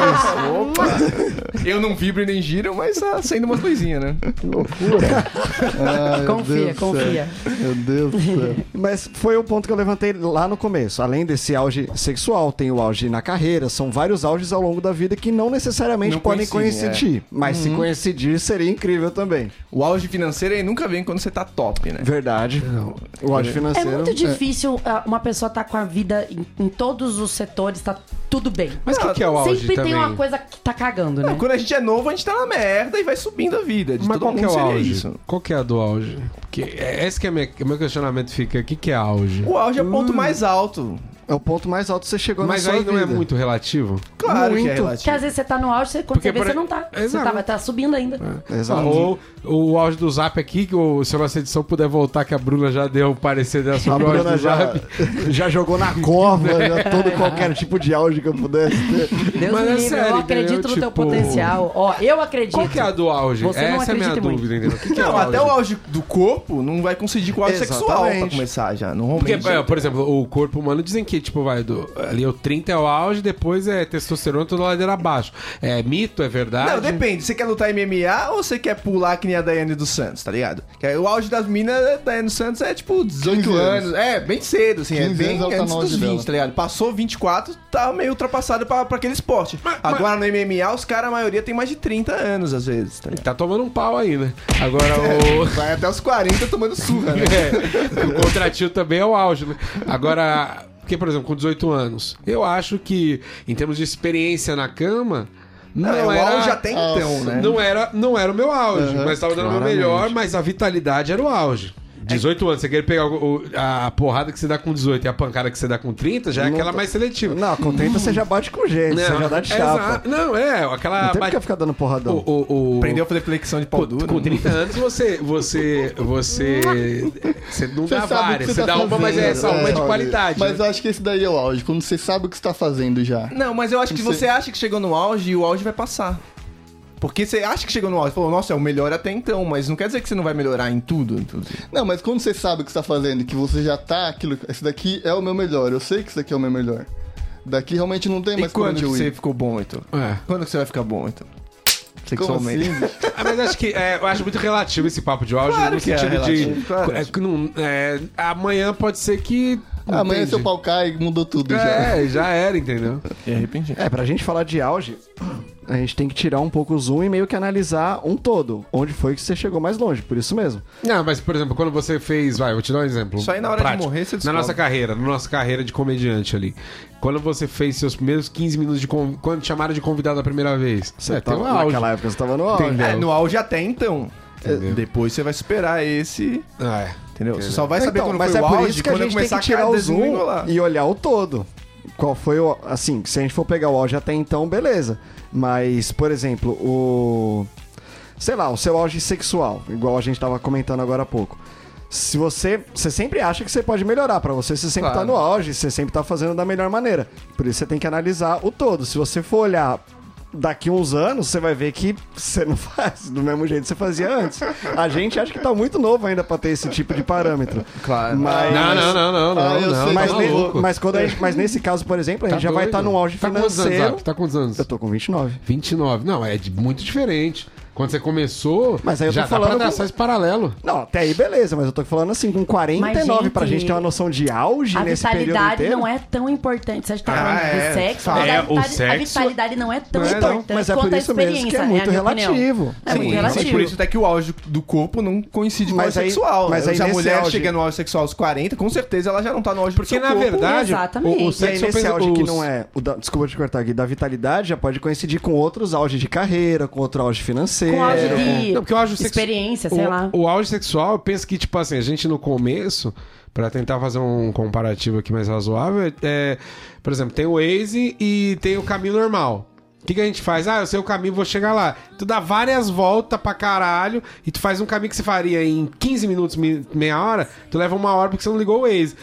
Opa! Eu não vibro e nem giro, mas tá sendo uma coisinha, né? Que loucura. Ai, meu Confia, Deus do céu. confia. Meu Deus do céu. Mas foi o ponto que eu levantei lá no começo. Além desse auge sexual, tem o auge na carreira. São vários auges ao longo da vida que não necessariamente Não podem coincidem, coincidir. Mas se coincidir, seria incrível também. O auge financeiro ele nunca vem quando você tá top, né? Verdade. O auge É financeiro. muito difícil ah, uma pessoa estar com a vida em, em todos os setores, tá tudo bem. Mas o que, que é o auge Sempre também? tem uma coisa que tá cagando, né? Não, quando a gente é novo, a gente tá na merda e vai subindo a vida. De Mas todo qual que é mundo o seria auge? isso. Qual que é a do auge? Porque é- esse que é minha- o meu questionamento fica. O que, que é auge? O auge é o ponto mais alto. É o ponto mais alto que você chegou Mas na sua aí vida. não é muito relativo? Claro que é Muito. Porque relativo. às vezes você tá no auge, você, quando Porque você vê, por- você não tá. Você Exato. tá, vai tá subindo ainda. Exato. Ou o auge do Zap aqui, que o, se a nossa edição puder voltar, que a Bruna já deu o parecer dela A sobre o auge Bruna do já, Zap. já jogou na cova, já todo qualquer tipo de auge que eu pudesse ter. Deus Mas me é livre, sério, eu acredito entendeu? no teu Tipo, potencial. Ó, eu acredito. Qual que é a do auge? Você não Essa é a minha acredita muito. dúvida, entendeu? O que, que é Não, o auge? até o auge do corpo não vai coincidir com o auge Exatamente. sexual pra começar já. Porque, Normalmente. é, por exemplo, o corpo humano dizem que, tipo, vai do. Ali o trinta é o auge, depois é testosterona toda ladeira abaixo. É mito, é verdade? Não, depende. Você quer lutar M M A ou você quer pular que nem a Daiane dos Santos, tá ligado? Que aí o auge das minas da Daiane dos Santos é tipo dezoito quinze anos. anos. É, bem cedo, assim. É quinze bem anos ela tá antes no dos auge vinte, dela. tá ligado? Passou vinte e quatro, tá meio ultrapassado pra, pra aquele esporte. Agora no M M A, os caras, a maioria tem mais de trinta anos, às vezes, tá ligado? Tá tomando um pau aí, né? Agora o. Vai até os quarenta tomando surra, né? É, o contratio também é o auge, né? Agora, porque, por exemplo, com dezoito anos, eu acho que, em termos de experiência na cama, não, Não, é o era... auge até então, né? Não era, não era o meu auge, Uhum, mas tava dando o meu claramente. melhor, mas a vitalidade era o auge. dezoito anos, você quer pegar o- o- a porrada que você dá com dezoito e a pancada que você dá com trinta, já é Não aquela tá- mais seletiva. Não, com trinta você já bate com gente, você já dá de chapa. exato. Não, é, aquela... Não tem bate- porque ficar dando porradão. o, o, o... Aprendeu a fazer flexão de pau Com, duro. com trinta anos você, você, você, você não dá Você sabe o várias, que você tá dá uma, mas é essa fazendo, uma de sabe? qualidade. Mas né? eu acho que esse daí é o auge, quando você sabe o que você tá fazendo já. Não, mas eu acho que Não você sei. acha que chegou no auge e o auge vai passar. Porque você acha que chegou no auge, falou, nossa, é o melhor até então, mas não quer dizer que você não vai melhorar em tudo. tudo. Não, mas quando você sabe o que você tá fazendo, que você já tá aquilo, esse daqui é o meu melhor, eu sei que esse daqui é o meu melhor. Daqui realmente não tem E mais pra quando onde que eu você ir. ficou bom, então? É. Quando que você vai ficar bom, então? Como Sexualmente. assim? Ah, mas acho que é, eu acho muito relativo esse papo de auge, Claro no que é sentido relativo, de. claro. é, que não- é, amanhã pode ser que. Amanhã entende? seu pau cai e mudou tudo já. É, já era, entendeu? E arrependi. É, pra gente falar de auge, a gente tem que tirar um pouco o zoom e meio que analisar um todo. Onde foi que você chegou mais longe, por isso mesmo. Não, mas, por exemplo, quando você fez. Vai, vou te dar um exemplo. Isso aí na hora de prático. morrer, você Na descobre. nossa carreira, na nossa carreira de comediante ali. Quando você fez seus primeiros quinze minutos de. Conv... Quando te chamaram de convidado a primeira vez. Você é, tem tava, um auge. naquela época você tava no auge. Entendeu? É, no auge até então. Entendeu? Depois você vai superar esse, Ah, é. entendeu? Você só vai saber Então, quando mas foi é o por auge, isso que a quando gente tem começar que tirar a o desvincular. zoom e olhar o todo. Qual foi o... Assim, se a gente for pegar o auge até então, beleza. Mas, por exemplo, o... Sei lá, o seu auge sexual, igual a gente tava comentando agora há pouco. Se você... Você sempre acha que você pode melhorar. Pra você, você sempre Claro. tá no auge, você sempre tá fazendo da melhor maneira. Por isso você tem que analisar o todo. Se você for olhar... Daqui uns anos, você vai ver que você não faz do mesmo jeito que você fazia antes. A gente acha que tá muito novo ainda pra ter esse tipo de parâmetro. Claro. Mas... Não, não, não, não, não. Ah, eu não, sei, Mas, tá ne- louco. mas, quando a gente- mas nesse caso, por exemplo, a gente Tá já vai doido. estar no auge Tá com quantos anos, financeiro. Zap? Tá com quantos anos? Eu tô com vinte e nove. vinte e nove. Não, é de- muito diferente. Quando você começou, Mas aí eu tô já dá falando pra com- traçar esse paralelo. Não, até aí beleza, mas eu tô falando assim, com quarenta e nove, Mas, pra gente, gente ter uma noção de auge A nesse período vitalidade inteiro. não é tão importante. Se a gente tá Ah, falando é. de sexo, mas É, a, o vitali- a sexo- vitalidade não é tão Não é, não. importante Mas é por quanto a isso mesmo que experiência. é muito a minha opinião. relativo. É Sim, muito sim, relativo. por isso até que o auge do corpo não coincide com o Mas auge aí- sexual. mas aí Se a nesse mulher auge- chega no auge sexual aos quarenta, com certeza ela já não tá no auge Porque, do seu na corpo. verdade, Exatamente. o, o E aí, E aí, sexo... nesse pensa- auge que os- não é. O da, desculpa te cortar aqui, da vitalidade já pode coincidir com outros auges de carreira, com outro auge financeiro. Com auge de Não, porque eu acho sexo- experiência, sei o, lá. O auge sexual, eu penso que, tipo assim, a gente no começo, pra tentar fazer um comparativo aqui mais razoável, é, por exemplo, tem o Waze e tem o caminho normal. O que, que a gente faz? Ah, eu sei o caminho, vou chegar lá. Tu dá várias voltas pra caralho e tu faz um caminho que você faria em quinze minutos, mi- meia hora, tu leva uma hora porque você não ligou o Waze.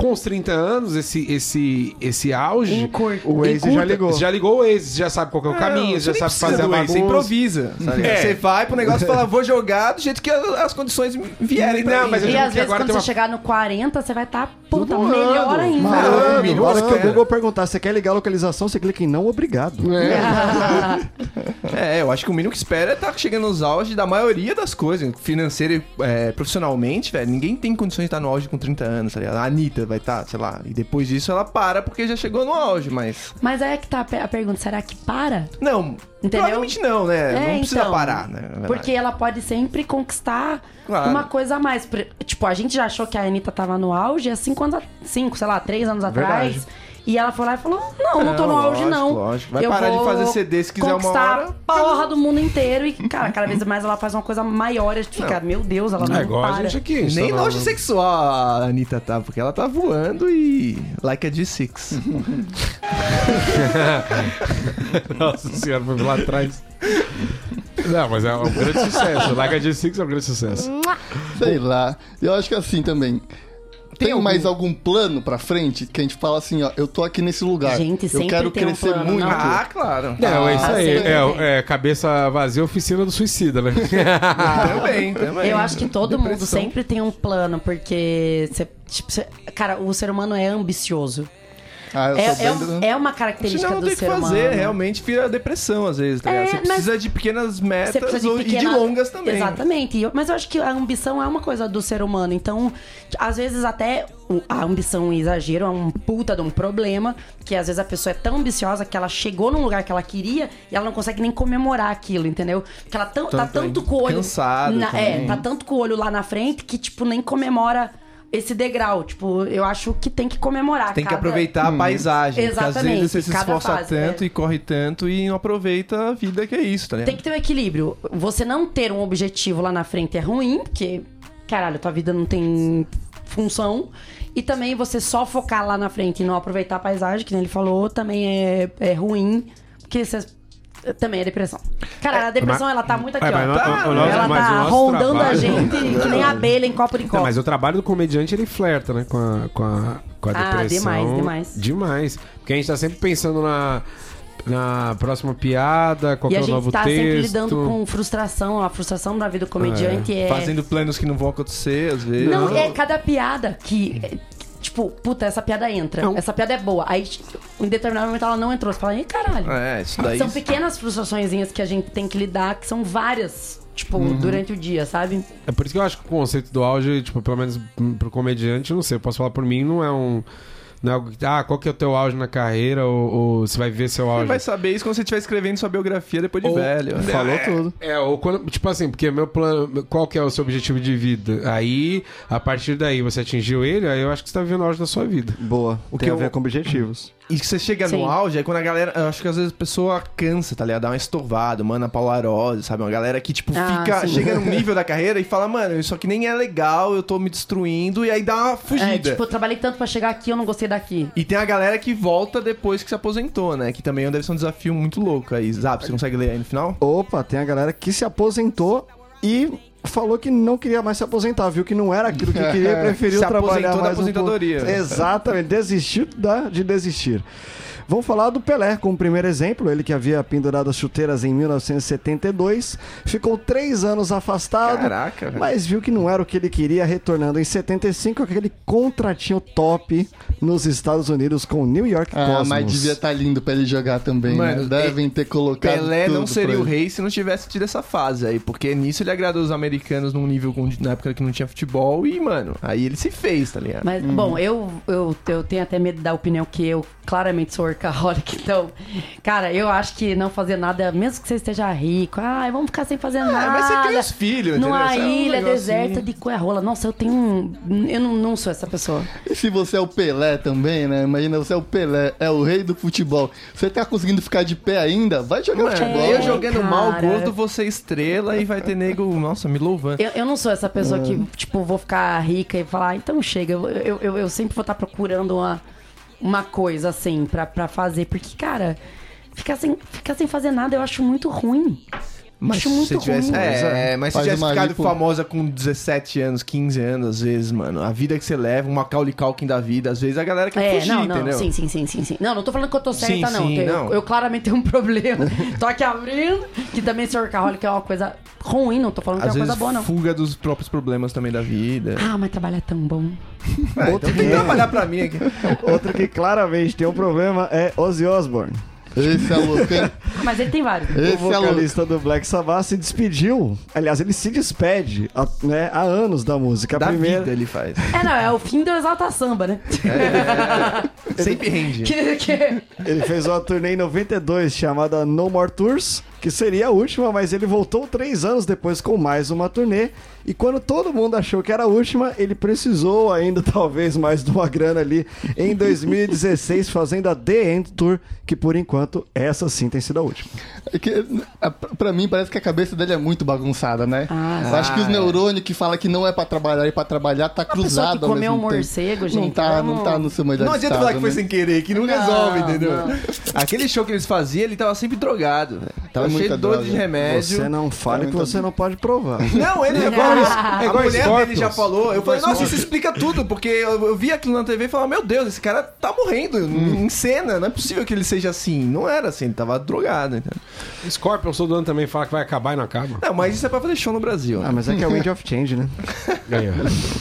com os trinta anos, esse, esse, esse auge... Encurta. O Waze já ligou. Você já ligou o Waze, já sabe qual que é o caminho, você já nem sabe precisa fazer a do Waze, bagunça. Você improvisa. sabe? É. Você vai pro negócio e fala, vou jogar do jeito que a- as condições vierem pra Não, mim. mas eu E digo às que vezes agora quando tem você uma- chegar no quarenta, você vai estar, puta, Tudo melhor voando. ainda. Malandro, mínimo, na hora que o espera. Google perguntar, você quer ligar a localização, você clica em não, obrigado. É, eu acho que o mínimo que espera é estar chegando nos auges da maioria das coisas, financeira e é, profissionalmente, velho. Ninguém tem condições de estar no auge com trinta anos, tá ligado? A Anitta vai estar, sei lá, e depois disso ela para porque já chegou no auge, mas... Mas aí é que tá a pe- a pergunta, será que para? Não, Entendeu? provavelmente não, né? É, não precisa então, parar, né? na verdade. Porque ela pode sempre conquistar Claro. uma coisa a mais. Pre- Tipo, a gente já achou que a Anitta tava no auge há cinco anos, a- cinco, sei lá, três anos Verdade. atrás. E ela foi lá e falou: Não, não tô no Não, auge, lógico, não. lógico. Vai Eu parar de vou fazer C D se quiser uma conquistar hora. a porra do mundo inteiro. E, cara, cada vez mais ela faz uma coisa maior. A gente fica, meu Deus, ela não É igual para. a gente aqui. a gente Nem tá no no- auge sexual a Anitta tá, porque ela tá voando e... Like a G seis. Nossa senhora, foi lá atrás. Não, mas é um grande sucesso. Like a G seis é um grande sucesso. Sei lá. Eu acho que assim também. Tem, algum- mais algum plano pra frente que a gente fala assim, ó, eu tô aqui nesse lugar. Gente, eu sempre quero tem um crescer plano, muito. não? Ah, claro. Não, é isso Ah, aí. sim, É, tem. é cabeça vazia, oficina do suicida, né? Também, também. Eu acho que todo mundo Depressão. sempre tem um plano, porque, você, tipo, você- cara, o ser humano é ambicioso. Ah, eu É, sou é, bem... um- é uma característica Senão não do tem o que ser fazer, humano. realmente vira depressão às vezes, tá É, ligado? Você mas- precisa de pequenas metas Você precisa de ou- e pequena- de longas também. Exatamente. E eu- Mas eu acho que a ambição é uma coisa do ser humano. Então, às vezes até o- a ambição e exagero é um puta de um problema. Que às vezes a pessoa é tão ambiciosa que ela chegou num lugar que ela queria e ela não consegue nem comemorar aquilo, entendeu? Porque ela tão- tá Também. tanto com o olho... Cansada na- é, também. tá tanto com o olho lá na frente que, tipo, nem comemora esse degrau. Tipo, eu acho que tem que comemorar. Tem que cada- aproveitar a paisagem. Porque às Exatamente, vezes você se cada esforça fase, tanto é. e corre tanto e não aproveita a vida que é isso, tá ligado? Tem que ter um equilíbrio. Você não ter um objetivo lá na frente é ruim, porque, caralho, tua vida não tem função. E também você só focar lá na frente e não aproveitar a paisagem, que nem ele falou, também é, é ruim, porque você também é depressão. Cara, a depressão, mas- ela tá muito aqui, é, ó. mas o- Tá, o nosso- ela mas o tá nosso rondando a trabalho- gente que nem abelha em copo de copo. Não, mas o trabalho do comediante, ele flerta, né? Com a, com a, com a Ah, depressão. demais, demais. Demais. Porque a gente tá sempre pensando na, na próxima piada, qual E que a é o gente novo tá texto. sempre lidando com frustração. A frustração da vida do comediante é... Fazendo planos que não vão acontecer, às vezes. Não, é cada piada que... Tipo, puta, essa piada entra. Não. Essa piada é boa. Aí, em determinado momento, ela não entrou. Você fala, ih, caralho. É, isso daí. São pequenas frustraçõezinhas que a gente tem que lidar, que são várias, tipo, Uhum. durante o dia, sabe? É por isso que eu acho que o conceito do auge, tipo, pelo menos pro comediante, eu não sei, eu posso falar por mim, não é um... Não é algo que, ah, qual que é o teu auge na carreira, ou, ou você vai ver seu Você auge. vai saber isso quando você estiver escrevendo sua biografia depois de Ou- velho. Falou é, tudo. É, ou quando, tipo assim, porque meu plano, qual que é o seu objetivo de vida? Aí, a partir daí, você atingiu ele, aí eu acho que você tá vivendo o auge da sua vida. Boa. O Tem que a eu- ver com objetivos. E que você chega Sim. no auge, é quando a galera. Eu acho que às vezes a pessoa cansa, tá ligado? Dá uma estorvada, mano, a Paula Rose, sabe? Uma galera que, tipo, Ah, fica. sim. Chega num nível da carreira e fala, mano, isso aqui nem é legal, eu tô me destruindo, e aí dá uma fugida. É, tipo, eu trabalhei tanto pra chegar aqui, eu não gostei daqui. E tem a galera que volta depois que se aposentou, né? Que também deve ser um desafio muito louco aí. Zap, você consegue ler aí no final? Opa, tem a galera que se aposentou e falou que não queria mais se aposentar, viu que não era aquilo que queria e preferiu Se trabalhar aposentou da mais um pouco. aposentadoria. Exatamente, desistiu da- de desistir. Vamos falar do Pelé como primeiro exemplo. Ele que havia pendurado as chuteiras em mil novecentos e setenta e dois, ficou três anos afastado, Caraca, velho. mas viu que não era o que ele queria, retornando em setenta e cinco com aquele contratinho top nos Estados Unidos com o New York Ah, Cosmos. mas devia estar lindo pra ele jogar também, Mano, né? Devem ter colocado Pelé não tudo seria pra o ele. rei se não tivesse tido essa fase aí, porque nisso ele agradou os americanos num nível com- na época que não tinha futebol e, mano, aí ele se fez, tá ligado? Mas, bom, eu, eu, eu tenho até medo da opinião que eu claramente sou workaholic, então, cara, eu acho que não fazer nada, mesmo que você esteja rico, ah, vamos ficar sem fazer nada. mas você cria os filhos, numa entendeu? Você é um ilha negocinho. deserta de coerrola. Nossa, eu tenho um... Eu não, não sou essa pessoa. E se você é o Pelé também, né? Imagina, você é o Pelé, é o rei do futebol. Você tá conseguindo ficar de pé ainda? Vai jogar Mano, futebol. eu É, jogando mal, cara. gordo, você estrela e vai ter nego, nossa, me louvando. Eu, eu não sou essa pessoa que, tipo, vou ficar rica e falar, ah, então chega. Eu, eu, eu, eu sempre vou estar procurando uma, uma coisa, assim, pra, pra fazer. Porque, cara, ficar sem, ficar sem fazer nada eu acho muito ruim. Mas Acho se muito você tivesse, ruim. é, mas se Faz tivesse uma ficado lipo. famosa com dezessete anos, quinze anos, às vezes, mano, a vida que você leva, uma Macaulay Culkin da vida, às vezes a galera quer É, fugir, não, não, entendeu? sim, sim, sim, sim, sim. Não, não tô falando que eu tô certa, Sim, não. sim, que eu, não. eu claramente tenho um problema. Tô aqui abrindo, que também ser workaholic é uma coisa ruim, não tô falando que Às é uma vezes coisa boa, não. fuga dos próprios problemas também da vida. Ah, mas trabalhar é tão bom. Ah, então vem trabalhar pra mim aqui. Outro que claramente tem um problema é Ozzy Osbourne. Esse é louco, hein? Mas ele tem vários. O Esse é louco. vocalista do Black Sabbath se despediu. Aliás, ele se despede há, né, há anos da música. A Da primeira... vida ele faz. É, não, é o fim do Exalta Samba, né? Sempre rende. que, que... Ele fez uma turnê em noventa e dois chamada No More Tours, que seria a última, mas ele voltou três anos depois com mais uma turnê. E quando todo mundo achou que era a última, ele precisou ainda talvez mais de uma grana ali em dois mil e dezesseis, fazendo a The End Tour, que por enquanto essa sim tem sido a última. É que, a- pra mim, parece que a cabeça dele é muito bagunçada, né? Ah, Eu acho que os neurônios que falam que não é pra trabalhar e pra trabalhar tá A pessoa cruzado que ao comeu um mesmo tempo. morcego, Não gente, tá, vamos- não tá no seu melhor Não adianta estado, falar que foi né? sem querer, que não, Não, resolve, entendeu? não. Aquele show que eles faziam, ele tava sempre drogado, velho. Tava É cheio muita de dor droga. de remédio. Você não fale que você não pode provar. Não, ele é igual, Ah. a É igual mulher Scorpions. dele já falou. Eu falei, Igual nossa, isso explica tudo, porque eu, eu vi aquilo na T V e falava, meu Deus, esse cara tá morrendo em cena, não é possível que ele seja assim. Não era assim, ele tava drogado, entendeu? Scorpion, todo ano também fala que vai acabar e não acaba. Não, mas isso é pra fazer show no Brasil. Ah, mas é que é o Wind of Change, né? Ganhou.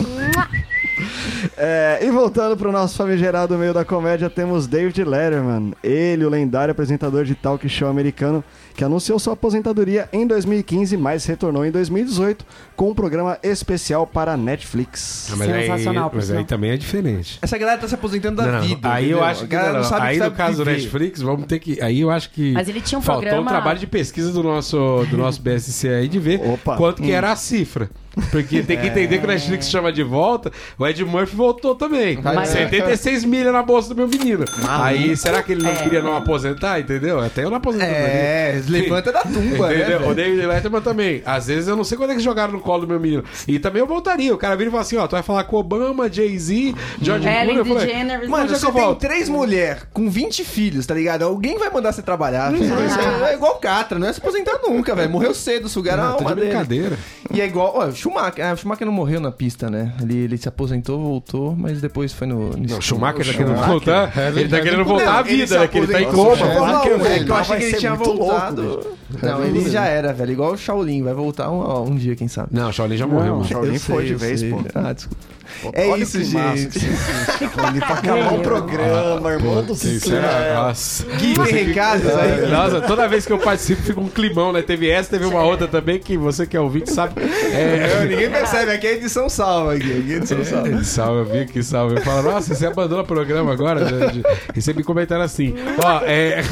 É, e voltando pro nosso famigerado meio da comédia, temos David Letterman. Ele, o lendário apresentador de talk show americano, que anunciou sua aposentadoria em dois mil e quinze, mas retornou em dois mil e dezoito com um programa especial para a Netflix. Ah, mas aí, Sensacional, por mas aí sinal. também é diferente. Essa galera tá se aposentando da Não, não, vida. aí eu entendeu? acho A que galera não, não sabe aí que no sabe caso do viver. Netflix, vamos ter que. Aí eu acho que. Mas ele tinha um faltou programa- um trabalho de pesquisa do nosso, do nosso B S C aí de ver Opa. quanto que era a cifra. Porque tem que entender que o Netflix chama de volta, o Ed Murphy voltou também. Mas- setenta e seis milhas na bolsa do meu menino. Aí, será que ele não É. queria não aposentar, entendeu? Até eu não aposentaria. É, levanta da tumba, né? Entendeu? velho? O David Letterman também. Às vezes eu não sei quando é que jogaram no colo do meu menino. E também eu voltaria. O cara vira e fala assim: ó, tu vai falar com Obama, Jay-Z, George Ellen Clooney. Eu falei, DeGeneres. Mano, Onde é você que eu tem volto? três mulheres com vinte filhos, tá ligado? Alguém vai mandar você trabalhar. velho. Isso é, é igual o Catra, não é se aposentar nunca, velho. Morreu cedo, sugaram Ah, a tá de alma dele. brincadeira. E é igual, ó, o Schumacher. Ah, o Schumacher não morreu na pista, né? Ele, ele se aposentou, voltou, mas depois foi no. no Não, o Schumacher tá querendo Schumacher. voltar. É, Ele tá ele querendo não, voltar à ele vida, se né? Que ele tá em aposentou. coma. Não, não, Schumacher, é que velho, eu achei vai que ele ser tinha muito louco, voltado. Não, ele já era, velho. Igual o Shaolin, vai voltar um, ó, um dia, quem sabe. Não, o Shaolin já morreu, mano. Shaolin Eu foi sei, de eu vez, sei. pô. Ah, desculpa. É Olha isso, que massa gente. que você fez. Ele pra acabar o programa, irmão do Isso era- céu. Nossa. Gui, tem recados aí? Nossa, toda vez que eu participo fica um climão, né? Teve essa, teve uma outra também que você que é ouvinte sabe. É, ninguém percebe, aqui é edição salva aqui. Aqui é edição salva. É, salve, eu vi que salve. Eu falo, nossa, você abandonou o programa agora? gente? E você me comentaram assim. Ó, é.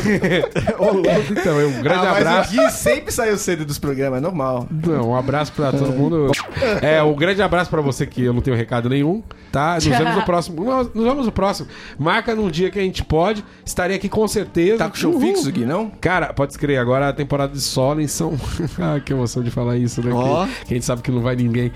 Então, um grande Ah, mas abraço. o Gui sempre saiu cedo dos programas, é normal. Não, um abraço pra todo mundo. É, um grande abraço pra você que eu não tenho recado nenhum, tá? Nos vemos no próximo. Nos nos vemos no próximo. Marca num dia que a gente pode. Estarei aqui com certeza. Tá com show Uhul. fixo, Gui, não? Cara, pode escrever, agora a temporada de Solen são. Ah, que emoção de falar isso, né? Ó. Que, que a gente sabe que não vai ninguém.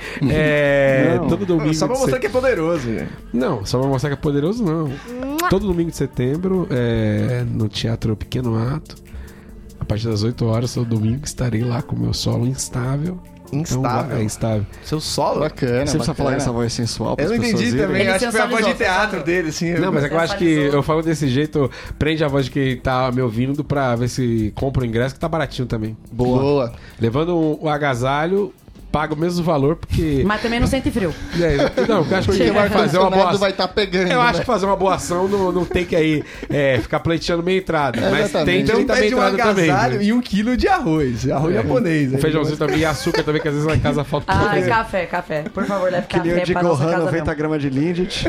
É. Não. Todo domingo. Só pra de mostrar set- que é poderoso, velho. Não, só pra mostrar que é poderoso, não. Todo domingo de setembro, é, no Teatro Pequeno Ato, a partir das oito horas, todo domingo, estarei lá com o meu solo instável. Instável? Então, é instável. Seu solo? Bacana, Você precisa bacana. falar com essa voz sensual pra Eu não as pessoas entendi irem? também. Ele Acho que foi a voz de sensualizou, teatro sensualizou. dele, assim. Não, mas é que eu acho que eu falo desse jeito, prende a voz de quem tá me ouvindo pra ver se compra o ingresso, que tá baratinho também. Boa. Boa. Levando um- o agasalho, paga o mesmo valor, porque. Mas também não sente frio. É, não, eu acho que Porque vai fazer uma boa vai ação. estar pegando. Eu acho né? que fazer uma boa ação não, não tem que aí é, ficar pleiteando meia entrada. É, mas exatamente. tem Então direito a meia pede um entrada também. agasalho né? e um quilo de arroz. Arroz japonês. Um né? feijãozinho também e açúcar também, que às vezes lá em casa falta pra Ah, fazer. café, café. Por favor, leve Quilinho café de pra nossa Gohan, casa noventa mesmo. gramas de Lindt.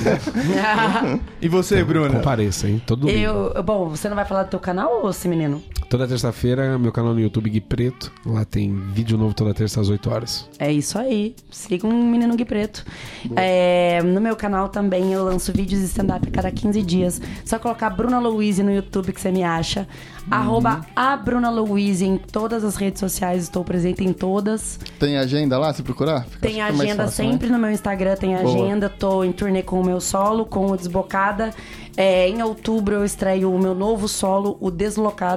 E você, Bruna? Compareça, hein? Todo domingo. Eu, bom, você não vai falar do teu canal, ou esse menino? Toda terça-feira, meu canal no YouTube Gui Preto. Lá tem vídeo novo toda terça às oito horas. É isso aí. Siga um menino Gui Preto. É, no meu canal também eu lanço vídeos de stand-up a cada quinze dias. Só colocar Bruna Louise no YouTube que você me acha. Arroba a Bruna Louise em todas as redes sociais. Estou presente em todas. Tem agenda lá, se procurar? Fica- Tem fica mais agenda fácil, né? sempre no meu Instagram, tem Boa. agenda. Tô em turnê com o meu solo, com o Desbocada. É, em outubro eu estreio o meu novo solo, o Deslocada.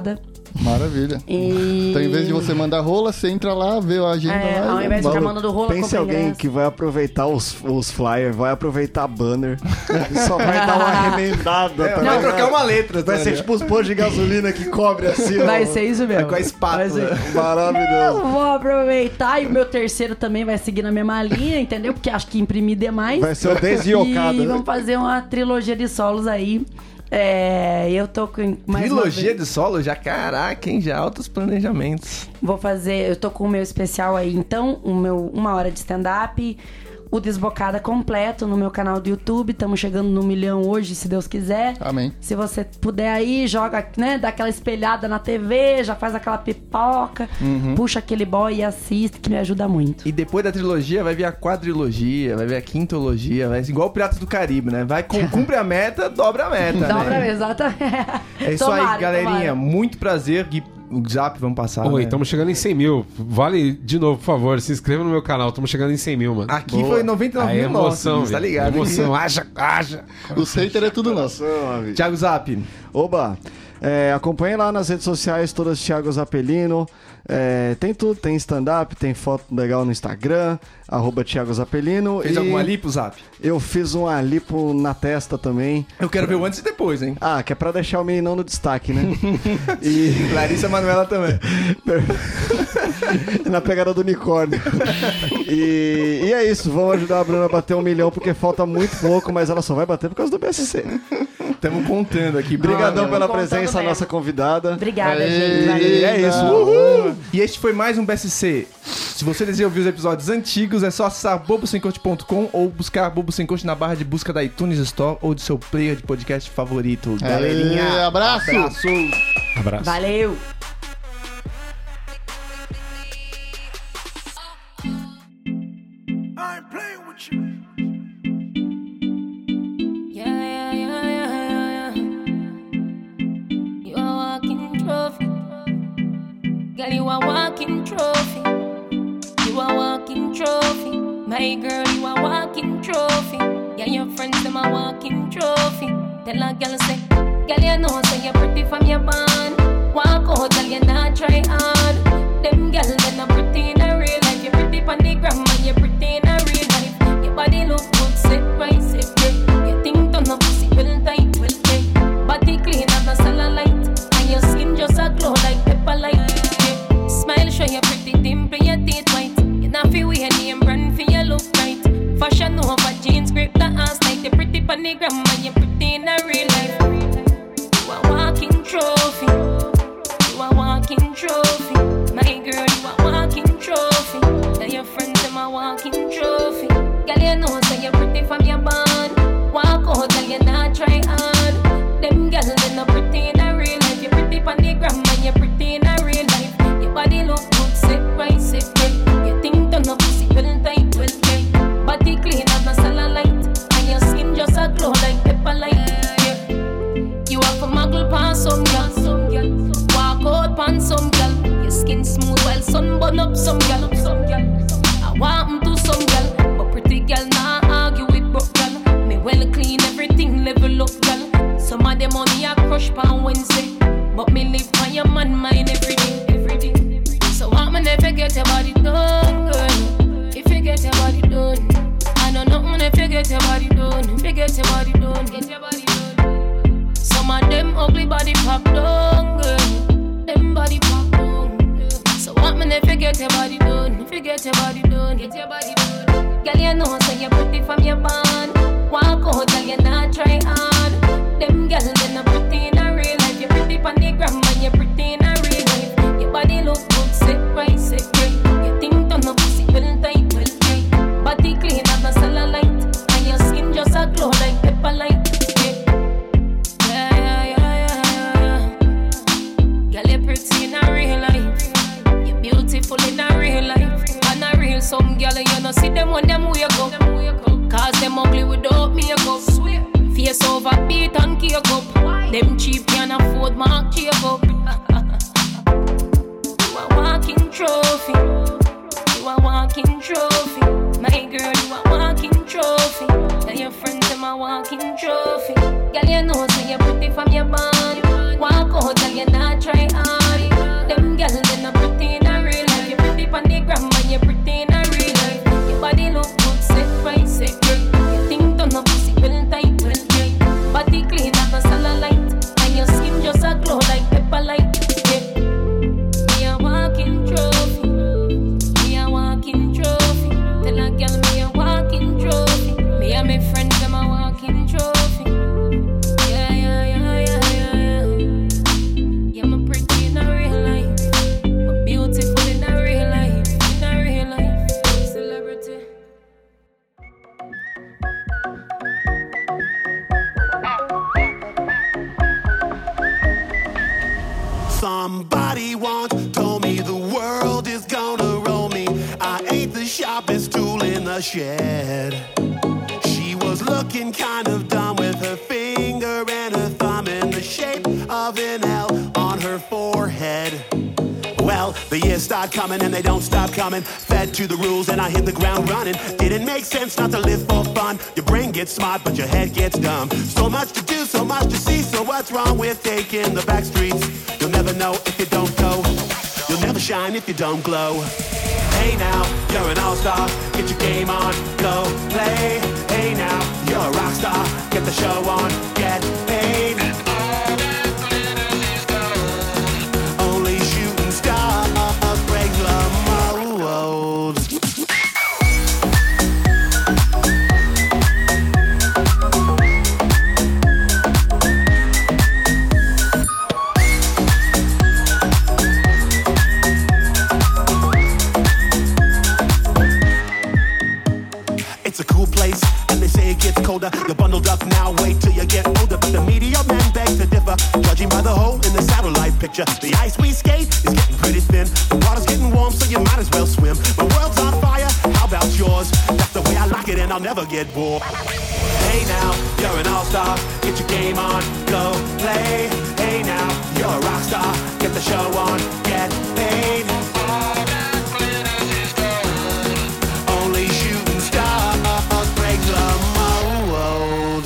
Maravilha. E... Então, em vez de você mandar rola, você entra lá, vê a agenda É, lá. ao e- invés de ficar Maluco, mandando rola, pense compra alguém ingresso. que vai aproveitar os, os flyers, vai aproveitar banner, só vai dar uma remendada. É, tá vai ligado? trocar uma letra. Vai tá ser ligado? tipo os pôs de gasolina que cobre assim. ó. Vai ser isso mesmo. É com a espátula. Vai ser- Maravilhoso. Eu vou aproveitar e o meu terceiro também vai seguir na mesma linha, entendeu? Porque acho que imprimir demais. Vai ser o Desiocada. E vamos fazer uma trilogia de solos aí. É, eu tô com mais uma Trilogia vez- de solo? Já, caraca, hein? Já altos planejamentos. Vou fazer, eu tô com o meu especial aí, então, o meu uma hora de stand-up, o Desbocada completo no meu canal do YouTube. Estamos chegando no milhão hoje, se Deus quiser. Amém. Se você puder aí, joga, né, dá aquela espelhada na T V, já faz aquela pipoca, puxa aquele boy e assiste, que me ajuda muito. E depois da trilogia vai vir a quadrilogia, vai vir a quintologia, vai igual o Piratas do Caribe, né? Vai, com- cumpre a meta, dobra a meta, Dobra né? mesmo, exatamente. É isso Tomara, aí, galerinha. tomara. Muito prazer. Gui, o Zap, vamos passar, Oi, né? estamos chegando em cem mil. Vale, de novo, por favor, se inscreva no meu canal. Estamos chegando em cem mil, mano. Aqui Boa. foi noventa e nove Aí é mil nossos, emoção, tá velho. ligado? Emoção, haja, haja. O hater é tudo nosso. Thiago Zap. Oba! É, acompanhe lá nas redes sociais, todas Thiago Zapelino. É, tem tudo, tem stand-up, tem foto legal no Instagram, arroba Thiago Zapelino. Fez e alguma lipo, Zap? Eu fiz um lipo na testa também. Eu quero ver o antes e depois, hein? Ah, que é pra deixar o meninão no destaque, né? E Larissa Manoela também. na pegada do unicórnio. E, e é isso, vamos ajudar a Bruna a bater um milhão, porque falta muito pouco, mas ela só vai bater por causa do B S C. Estamos contando aqui. Obrigadão Ah, pela contando presença, mesmo. nossa convidada. Obrigada, Aê, gente. Valeu. E é isso. Uhul. E este foi mais um B S C. Se você deseja ouvir os episódios antigos, é só acessar bobo sem coach ponto com ou buscar Bobo Sem Coach na barra de busca da iTunes Store ou do seu player de podcast favorito. Galerinha, Aê, abraço. abraço. Abraço. Valeu. Yeah, yeah, yeah, yeah, yeah, yeah. You a walking trophy. Girl, you a walking trophy. You a walking trophy. My girl, you a walking trophy. Yeah, your friends, them a walking trophy. Tell a girl, say, girl, you know, say you're pretty from your band. Walk out, girl, you not try hard. Them girl, they not pretty in a real life. You're pretty on the gram, and you're pretty in a real life. Your body look good, sit right, sit yeah. Your thing turn up, pussy well tight, well tight. Body clean, have no cellulite. And your skin just a glow like pepper light. Yeah. Smile, show your pretty dimple, your teeth white. You not feel weird, name brand for your look right. Fashion over jeans, grip the ass tight. You're pretty on the gram, and you're pretty in a real life. You a walking trophy. You a walking trophy. My girl, you a walking trophy. Tell your friends them a walking trophy. Girl, you know say you're pretty from your band. Walk out, girl, you not try hard. Them girls they not pretty in a real life. You're pretty on the gram and you're pretty in a real life. Your body look good, sit right, sit right. Your thing turn up, pussy well tight, well tight. Body clean, have no cellulite. And your skin just a glow like pepper light. Yeah. You have a muggle past some girl, some girl. Walk out past some girl. Your skin smooth while sun burn up some girl, some girl. I want 'em to some girl, but pretty girl nah argue with broke girl. Me well clean, everything level up girl. Some of them money I crush on Wednesday, but me live on your man mind every day, every day. So want me never get your body done, girl. If you get your body done, I don't know if you get your body done. If you get your body done, get your body done. Some of them ugly body pop down, girl. Them body pop down. So want me if you get your body done. If you get your body done, get your body done. Girl, you know say you're pretty from your band. Walk out, girl, you not try hard. Them girls they not pretty in a real life. You're pretty on the gram and you're pretty in a real life. Your body look good, sit right, sit right. Your thing turn up, pussy well tight, well tight. Body clean, have no cellulite. And your skin just a glow like pepper light. Yeah, yeah, yeah, yeah, yeah. Girl, you're pretty in a real life. You're beautiful in a real life. And a real some girl, you know see them when them wake up. Cause them ugly without makeup. Face over beat and cake up. Them cheap can afford Marc Jacob. You a walking trophy. You a walking trophy. My girl, you a walking trophy. Tell your friends them a walking trophy. Girl, you know say you're pretty from your body. Walk out, girl, you not try hard. the shed. She was looking kind of dumb with her finger and her thumb in the shape of an L on her forehead. Well, the years start coming and they don't stop coming. Fed to the rules and I hit the ground running. Didn't make sense not to live for fun. Your brain gets smart but your head gets dumb. So much to do, so much to see. So what's wrong with taking the back streets? You'll never know if you don't go. You'll never shine if you don't glow. Hey now, you're an all-star. Get your game on, go play. Hey now, you're a rock star. Get the show on, get paid. Only shooting stars break the mold. It's a cool place, and they say it gets colder. You're bundled up now, wait till you get older. But the media men beg to differ, judging by the hole in the satellite picture. The ice we skate is getting pretty thin. The water's getting warm, so you might as well swim. The world's on fire, how about yours? That's the way I like it, and I'll never get bored. Hey now, you're an all-star. Get your game on, go play. Hey now, you're a rock star. Get the show on, get paid. Only shooting stars break the mold.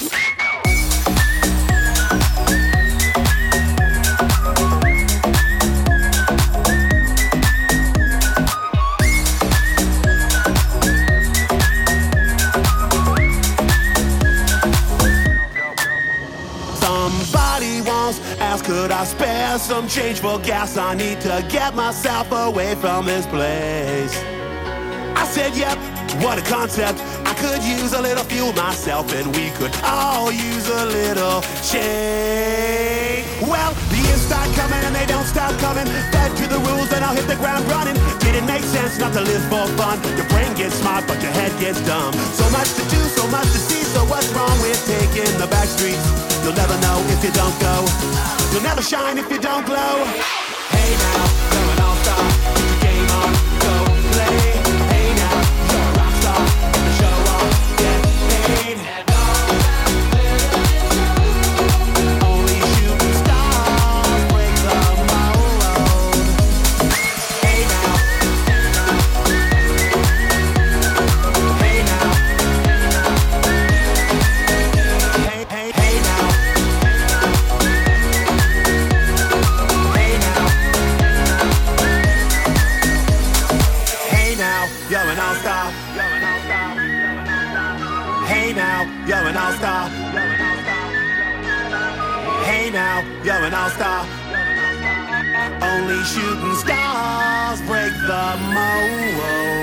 Somebody once asked, could I spare some change for gas? I need to get myself away from this place. I said, yep, what a concept. I could use a little fuel myself, and we could all use a little change. Well, the years start coming and they don't stop coming. Fed to the rules and I'll hit the ground running. Didn't make sense not to live for fun. Your brain gets smart but your head gets dumb. So much to do, so much to see. So what's wrong with taking the back streets? You'll never know if you don't go. You'll never shine if you don't glow. Hey now, you're an all-star. Get your game on, go play. Hey now, you're a rock star. Get the show on, get paid. Only shooting stars break the mold. Hey now. Hey now. Hey, hey, hey now. Hey now. Hey now, you're an all-star. Hey now, you're an all-star. Hey now, you're an all-star. Only shooting stars break the mold.